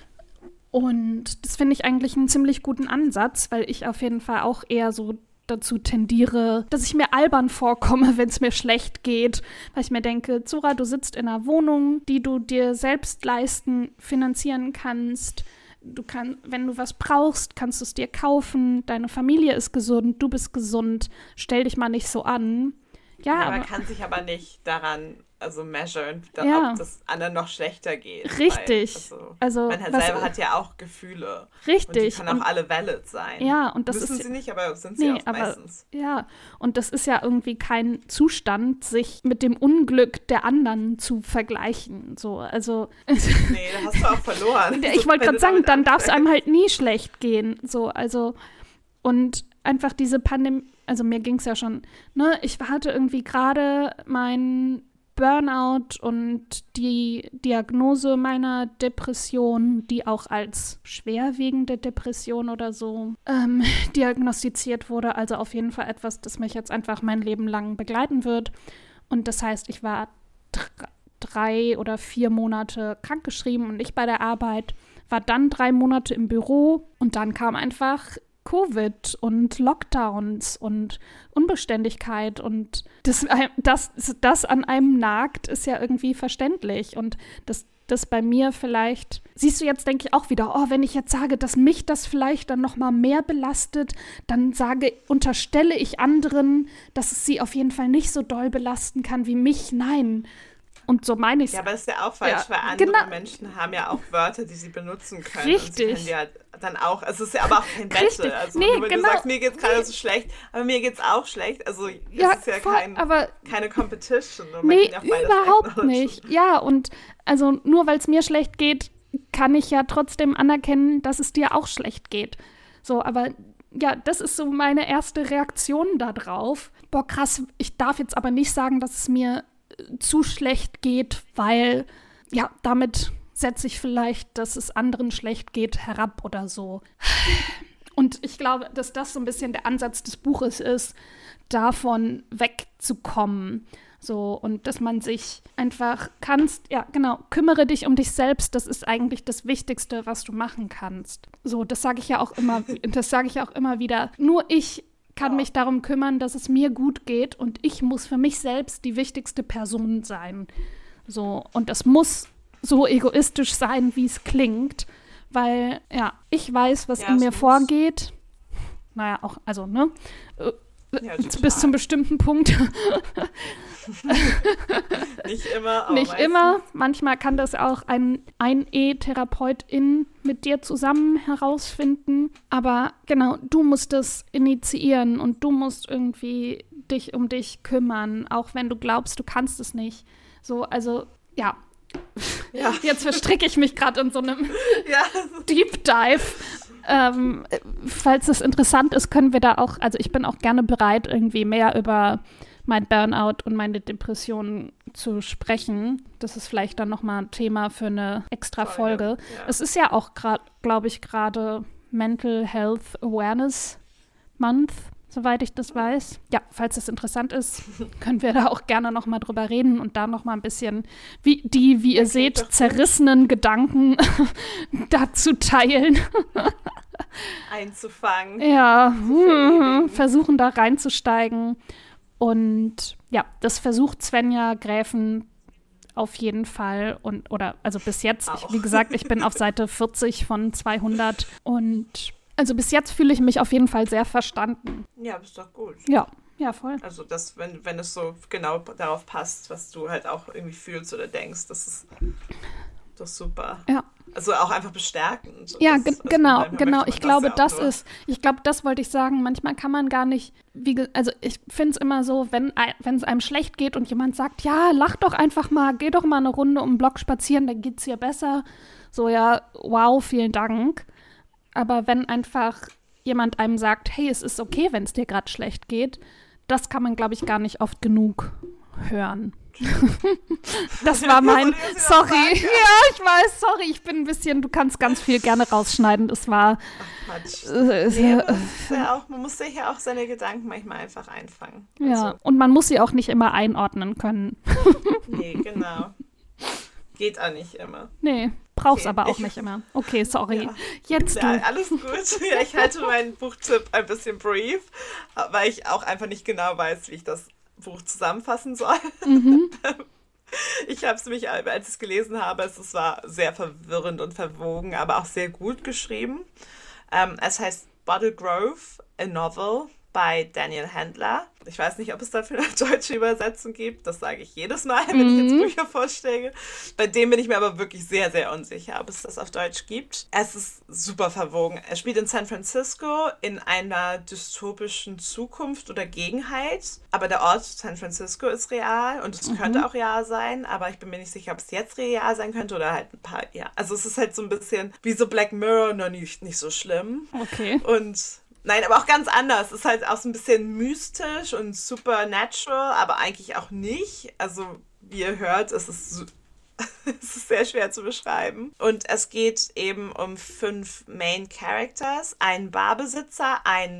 Und das finde ich eigentlich einen ziemlich guten Ansatz, weil ich auf jeden Fall auch eher so dazu tendiere, dass ich mir albern vorkomme, wenn es mir schlecht geht, weil ich mir denke, Zora, du sitzt in einer Wohnung, die du dir selbst leisten, finanzieren kannst. Du kannst, wenn du was brauchst, kannst du es dir kaufen. Deine Familie ist gesund, du bist gesund. Stell dich mal nicht so an. Ja, ja, aber man kann sich aber nicht daran, also measuren, da, ja. ob das anderen noch schlechter geht. Richtig. Weil, also, also, man hat was, selber hat ja auch Gefühle. Richtig. Und die können auch und, alle valid sein. Ja, und das Müssen ist, sie nicht, aber sind sie nee, auch aber, meistens. Ja, und das ist ja irgendwie kein Zustand, sich mit dem Unglück der anderen zu vergleichen. So, also nee, da hast du auch verloren. Ich wollte gerade sagen, dann darf es einem halt nie schlecht gehen. So, also, und einfach diese Pandemie, also mir ging es ja schon, ne, ich hatte irgendwie gerade mein Burnout und die Diagnose meiner Depression, die auch als schwerwiegende Depression oder so ähm, diagnostiziert wurde. Also auf jeden Fall etwas, das mich jetzt einfach mein Leben lang begleiten wird. Und das heißt, ich war dr- drei oder vier Monate krankgeschrieben und nicht bei der Arbeit, war dann drei Monate im Büro, und dann kam einfach Covid und Lockdowns und Unbeständigkeit, und das, das, das an einem nagt, ist ja irgendwie verständlich. Und das, das bei mir vielleicht, siehst du jetzt, denke ich auch wieder, oh, wenn ich jetzt sage, dass mich das vielleicht dann noch mal mehr belastet, dann sage, unterstelle ich anderen, dass es sie auf jeden Fall nicht so doll belasten kann wie mich. Nein. Und so meine ich es. Ja, aber das ist ja auch falsch, ja, weil andere genau. Menschen haben ja auch Wörter, die sie benutzen können. Richtig. Und sie können ja dann auch, also es ist ja aber auch kein Battle. Also nee, nur wenn genau. du sagst, mir geht's gerade nee. so schlecht, aber mir geht's auch schlecht. Also es ja, ist ja voll, kein, aber, keine Competition. Und nee, man kann ja überhaupt nicht. Ja, und also nur weil es mir schlecht geht, kann ich ja trotzdem anerkennen, dass es dir auch schlecht geht. So, aber ja, das ist so meine erste Reaktion darauf. Boah, krass, ich darf jetzt aber nicht sagen, dass es mir zu schlecht geht, weil, ja, damit setze ich vielleicht, dass es anderen schlecht geht, herab oder so. Und ich glaube, dass das so ein bisschen der Ansatz des Buches ist, davon wegzukommen. So, und dass man sich einfach kannst, ja, genau, kümmere dich um dich selbst, das ist eigentlich das Wichtigste, was du machen kannst. So, das sage ich ja auch immer, das sage ich ja auch immer wieder. Nur ich kann mich darum kümmern, dass es mir gut geht, und ich muss für mich selbst die wichtigste Person sein. So, und das muss so egoistisch sein, wie es klingt, weil, ja, ich weiß, was ja, in mir muss. vorgeht. Naja, auch, also, ne, ja, bis zum bestimmten Punkt. Nicht immer, aber Nicht meistens. immer. Manchmal kann das auch ein, ein E-Therapeutin mit dir zusammen herausfinden. Aber genau, du musst es initiieren und du musst irgendwie dich um dich kümmern, auch wenn du glaubst, du kannst es nicht. So, also, ja. Ja. Jetzt verstricke ich mich gerade in so einem Ja. Deep Dive. Ähm, falls es interessant ist, können wir da auch, also ich bin auch gerne bereit, irgendwie mehr über mein Burnout und meine Depressionen zu sprechen. Das ist vielleicht dann nochmal ein Thema für eine extra Folge. Folge, ja. Es ist ja auch gerade, glaube ich, gerade Mental Health Awareness Month, soweit ich das weiß. Ja, falls das interessant ist, können wir da auch gerne nochmal drüber reden und da nochmal ein bisschen wie die, wie ihr Okay, seht, doch. zerrissenen Gedanken dazu teilen. Einzufangen. Ja, verewigen. hm, versuchen da reinzusteigen. Und ja, das versucht Svenja Gräfen auf jeden Fall. Und, oder, also bis jetzt, ich, Auch. wie gesagt, ich bin auf Seite vierzig von zweihundert. Und also bis jetzt fühle ich mich auf jeden Fall sehr verstanden. Ja, ist doch gut. Ja, ja, voll. Also, das, wenn, wenn es so genau darauf passt, was du halt auch irgendwie fühlst oder denkst, das ist doch super. Ja. Also auch einfach bestärkend. Ja, Das- ge also genau, manchmal genau. möchte man Ich glaube, ja auch das nur. ist, ich glaube, das wollte ich sagen. Manchmal kann man gar nicht, wie, ge- also ich finde es immer so, wenn ein- wenn es einem schlecht geht und jemand sagt, ja, lach doch einfach mal, geh doch mal eine Runde um den Block spazieren, dann geht's dir besser. So, ja, wow, vielen Dank. Aber wenn einfach jemand einem sagt, hey, es ist okay, wenn es dir gerade schlecht geht, das kann man, glaube ich, gar nicht oft genug hören. Das war mein, Das wollte ich jetzt wieder sorry, sagen. ja, ich weiß, sorry, ich bin ein bisschen, du kannst ganz viel gerne rausschneiden, es war, Quatsch. äh, Nee, äh, aber es ist ja auch, man muss sich ja auch seine Gedanken manchmal einfach einfangen. ja, Also, und man muss sie auch nicht immer einordnen können. nee, genau. Geht auch nicht immer. Nee, brauch's Okay, aber auch ich- nicht immer. Okay, sorry. Ja. Jetzt Ja, du. alles gut. Ja, ich halte meinen Buchtipp ein bisschen brief, weil ich auch einfach nicht genau weiß, wie ich das Buch zusammenfassen soll. Mhm. Ich habe es mich, als ich es gelesen habe, es, es war sehr verwirrend und verwogen, aber auch sehr gut geschrieben. Ähm, es heißt Bottle Grove, a Novel bei Daniel Handler. Ich weiß nicht, ob es dafür eine deutsche Übersetzung gibt. Das sage ich jedes Mal, wenn ich jetzt Bücher vorstelle. Bei dem bin ich mir aber wirklich sehr, sehr unsicher, ob es das auf Deutsch gibt. Es ist super verwogen. Er spielt in San Francisco in einer dystopischen Zukunft oder Gegenheit. Aber der Ort San Francisco ist real und es könnte auch real sein. Aber ich bin mir nicht sicher, ob es jetzt real sein könnte oder halt ein paar, ja. Also es ist halt so ein bisschen wie so Black Mirror, nur nicht, nicht so schlimm. Okay. Und nein, aber auch ganz anders. Es ist halt auch so ein bisschen mystisch und supernatural, aber eigentlich auch nicht. Also, wie ihr hört, es ist, su- es ist sehr schwer zu beschreiben. Und es geht eben um fünf Main Characters. Einen Barbesitzer, einen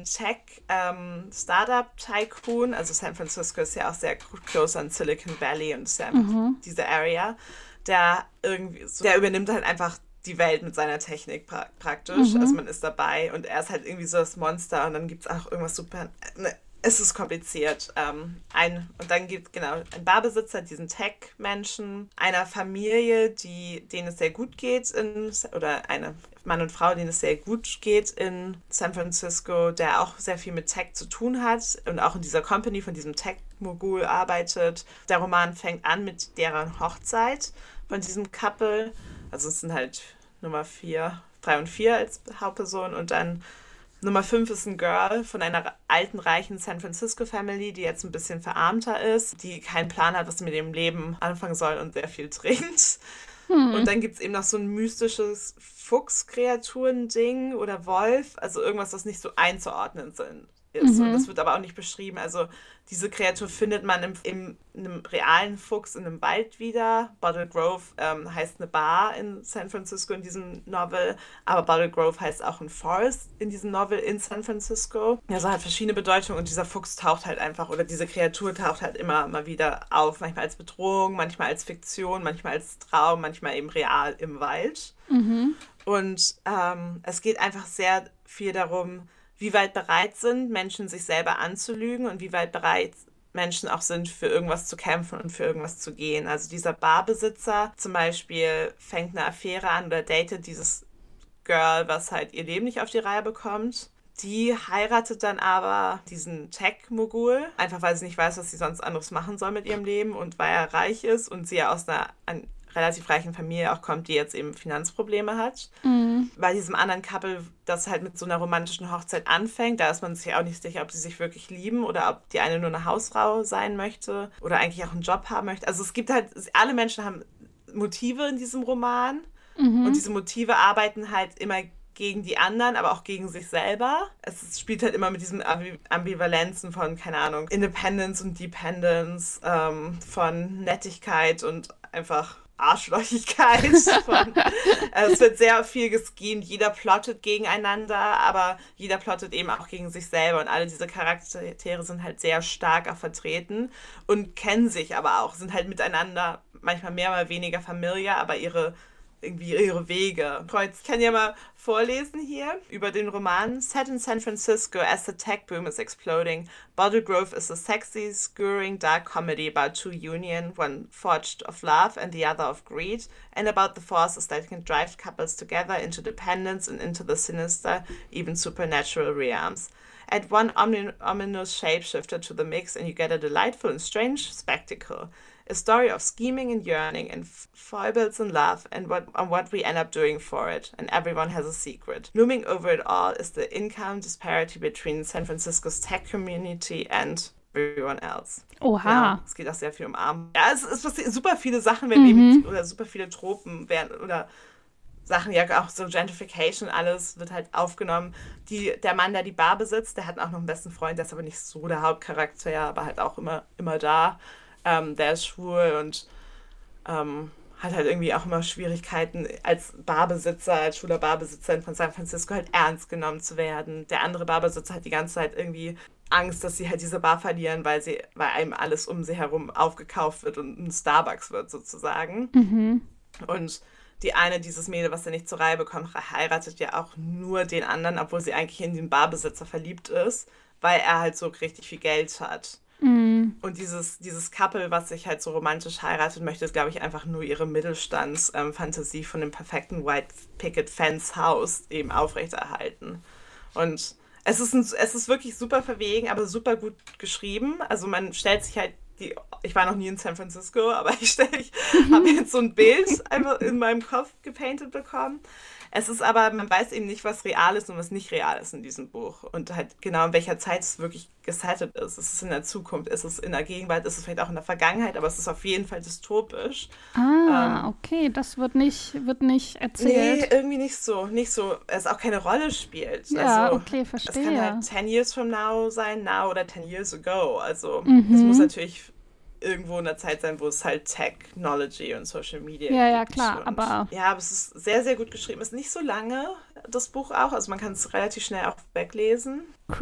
Tech-Startup-Tycoon. Also San Francisco ist ja auch sehr close an Silicon Valley und ist ja einfach diese Area. Der irgendwie, so, der übernimmt halt einfach die Welt mit seiner Technik pra- praktisch. Also man ist dabei und er ist halt irgendwie so das Monster und dann gibt es auch irgendwas super. Ne, es ist kompliziert. Ähm, ein, und dann gibt genau ein Barbesitzer, diesen Tech-Menschen, einer Familie, die, denen es sehr gut geht in, oder eine Mann und Frau, denen es sehr gut geht in San Francisco, der auch sehr viel mit Tech zu tun hat und auch in dieser Company von diesem Tech-Mogul arbeitet. Der Roman fängt an mit deren Hochzeit von diesem Couple. Also es sind halt Nummer vier, drei und vier als Hauptperson und dann Nummer fünf ist ein Girl von einer alten, reichen San Francisco Family, die jetzt ein bisschen verarmter ist, die keinen Plan hat, was sie mit ihrem Leben anfangen soll und sehr viel trinkt. Hm. Und dann gibt es eben noch so ein mystisches Fuchskreaturen-Ding oder Wolf, also irgendwas, was nicht so einzuordnen sind. Ist. Mhm. Und das wird aber auch nicht beschrieben. Also diese Kreatur findet man im, im, in einem realen Fuchs in einem Wald wieder. Bottle Grove ähm, heißt eine Bar in San Francisco in diesem Novel, aber Bottle Grove heißt auch ein Forest in diesem Novel in San Francisco. Also hat verschiedene Bedeutungen und dieser Fuchs taucht halt einfach, oder diese Kreatur taucht halt immer mal wieder auf. Manchmal als Bedrohung, manchmal als Fiktion, manchmal als Traum, manchmal eben real im Wald. Mhm. Und ähm, es geht einfach sehr viel darum, wie weit bereit sind Menschen, sich selber anzulügen und wie weit bereit Menschen auch sind, für irgendwas zu kämpfen und für irgendwas zu gehen. Also dieser Barbesitzer zum Beispiel fängt eine Affäre an oder datet dieses Girl, was halt ihr Leben nicht auf die Reihe bekommt. die heiratet dann aber diesen Tech-Mogul, einfach weil sie nicht weiß, was sie sonst anderes machen soll mit ihrem Leben und weil er reich ist und sie ja aus einer ein, relativ reichen Familie auch kommt, die jetzt eben Finanzprobleme hat. Mhm. Bei diesem anderen Couple, das halt mit so einer romantischen Hochzeit anfängt, da ist man sich auch nicht sicher, ob sie sich wirklich lieben oder ob die eine nur eine Hausfrau sein möchte oder eigentlich auch einen Job haben möchte. Also es gibt halt, alle Menschen haben Motive in diesem Roman mhm. und diese Motive arbeiten halt immer gegen die anderen, aber auch gegen sich selber. Es spielt halt immer mit diesen Ambivalenzen von, keine Ahnung, Independence und Dependence, ähm, von Nettigkeit und einfach Arschlochigkeit. Von, äh, es wird sehr viel geschemt, jeder plottet gegeneinander, aber jeder plottet eben auch gegen sich selber und alle diese Charaktere sind halt sehr stark auch vertreten und kennen sich aber auch, sind halt miteinander manchmal mehr, mal weniger familiar, aber ihre irgendwie ihre Wege. Ich kann ja mal vorlesen hier über den Roman. Set in San Francisco as the tech boom is exploding, Bottle Grove is a sexy, scurrying dark comedy about two union, one forged of love and the other of greed, and about the forces that can drive couples together into dependence and into the sinister, even supernatural realms. Add one omin- ominous shapeshifter to the mix and you get a delightful and strange spectacle. A story of scheming and yearning and foibles and love and what and what we end up doing for it. And everyone has a secret. Looming over it all is the income disparity between San Francisco's tech community and everyone else. Oha. Ja, es geht auch sehr viel um Armut. Ja, es ist passiert, super viele Sachen werden mhm. eben, oder super viele Tropen werden, oder Sachen, ja auch so Gentrification, alles wird halt aufgenommen. Die, der Mann, der die Bar besitzt, der hat auch noch einen besten Freund, der ist aber nicht so der Hauptcharakter, aber halt auch immer, immer da. Ähm, der ist schwul und ähm, hat halt irgendwie auch immer Schwierigkeiten, als Barbesitzer, als schwuler Barbesitzer von San Francisco halt ernst genommen zu werden. Der andere Barbesitzer hat die ganze Zeit irgendwie Angst, dass sie halt diese Bar verlieren, weil sie, weil einem alles um sie herum aufgekauft wird und ein Starbucks wird sozusagen. Mhm. Und die eine, dieses Mädel, was er nicht zur Reihe bekommt, heiratet ja auch nur den anderen, obwohl sie eigentlich in den Barbesitzer verliebt ist, weil er halt so richtig viel Geld hat. Mm. Und dieses, dieses Couple, was sich halt so romantisch heiratet, möchte, ist, glaube ich, einfach nur ihre Mittelstandsfantasie ähm, von dem perfekten White Picket Fence Haus eben aufrechterhalten. Und es ist, ein, es ist wirklich super verwegen, aber super gut geschrieben. Also man stellt sich halt die, ich war noch nie in San Francisco, aber ich, stell, ich habe jetzt so ein Bild einfach in meinem Kopf gepainted bekommen. Es ist aber, man weiß eben nicht, was real ist und was nicht real ist in diesem Buch. Und halt genau in welcher Zeit es wirklich gesettet ist. Ist es in der Zukunft, ist es in der Gegenwart, ist es vielleicht auch in der Vergangenheit, aber es ist auf jeden Fall dystopisch. Ah, ähm, okay, das wird nicht, wird nicht erzählt. Nee, irgendwie nicht so. Nicht so, es auch keine Rolle spielt. Ja, also, okay, verstehe. Es kann halt ten years from now sein, now oder ten years ago. Also mhm. es muss natürlich irgendwo in der Zeit sein, wo es halt Technology und Social Media ja, gibt. Ja, klar, und, aber... Ja, aber es ist sehr, sehr gut geschrieben. Es ist nicht so lange, das Buch auch. Also man kann es relativ schnell auch weglesen.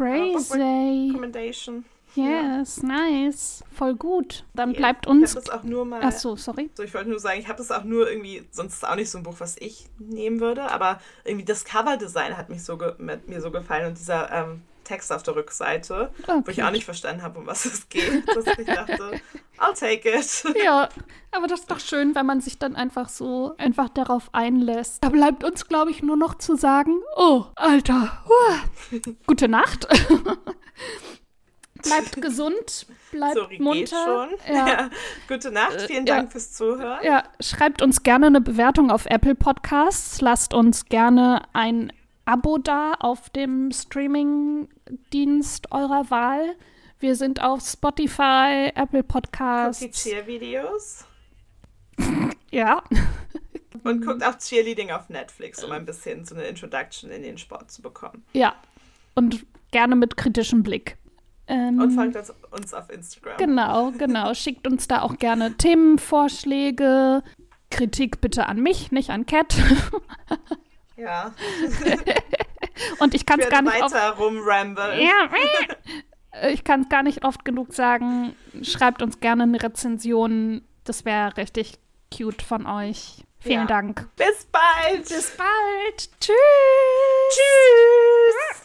Crazy. Recommendation. Yes, ja. Nice. Voll gut. Dann yeah. bleibt uns... Ich habe es auch nur mal... Ach so, sorry. So, ich wollte nur sagen, ich habe es auch nur irgendwie... Sonst ist es auch nicht so ein Buch, was ich nehmen würde, aber irgendwie das Coverdesign hat mich so ge- mit, mir so gefallen und dieser... Ähm, Text auf der Rückseite, okay. wo ich auch nicht verstanden habe, um was es geht. Dass ich dachte, I'll take it. Ja, aber das ist doch schön, wenn man sich dann einfach so einfach darauf einlässt. Da bleibt uns, glaube ich, nur noch zu sagen, oh, Alter, uh, gute Nacht. Bleibt gesund, bleibt Sorry, munter. Geht schon. Ja. Ja. Gute Nacht, vielen Dank ja. fürs Zuhören. Ja, schreibt uns gerne eine Bewertung auf Apple Podcasts. Lasst uns gerne ein Abo da auf dem Streaming-Dienst eurer Wahl. Wir sind auf Spotify, Apple Podcasts. Guckt die Cheer-Videos. Ja. Und guckt auch Cheerleading auf Netflix, um ein bisschen so eine Introduction in den Sport zu bekommen. Ja. Und gerne mit kritischem Blick. Ähm, Und folgt uns, uns auf Instagram. Genau, genau. Schickt uns da auch gerne Themenvorschläge. Kritik bitte an mich, nicht an Kat. Ja. Und ich kann es gar nicht weiter oft, rumramblen. Ja, ich kann es gar nicht oft genug sagen. Schreibt uns gerne eine Rezension. Das wäre richtig cute von euch. Vielen ja. Dank. Bis bald. Bis bald. Tschüss. Tschüss.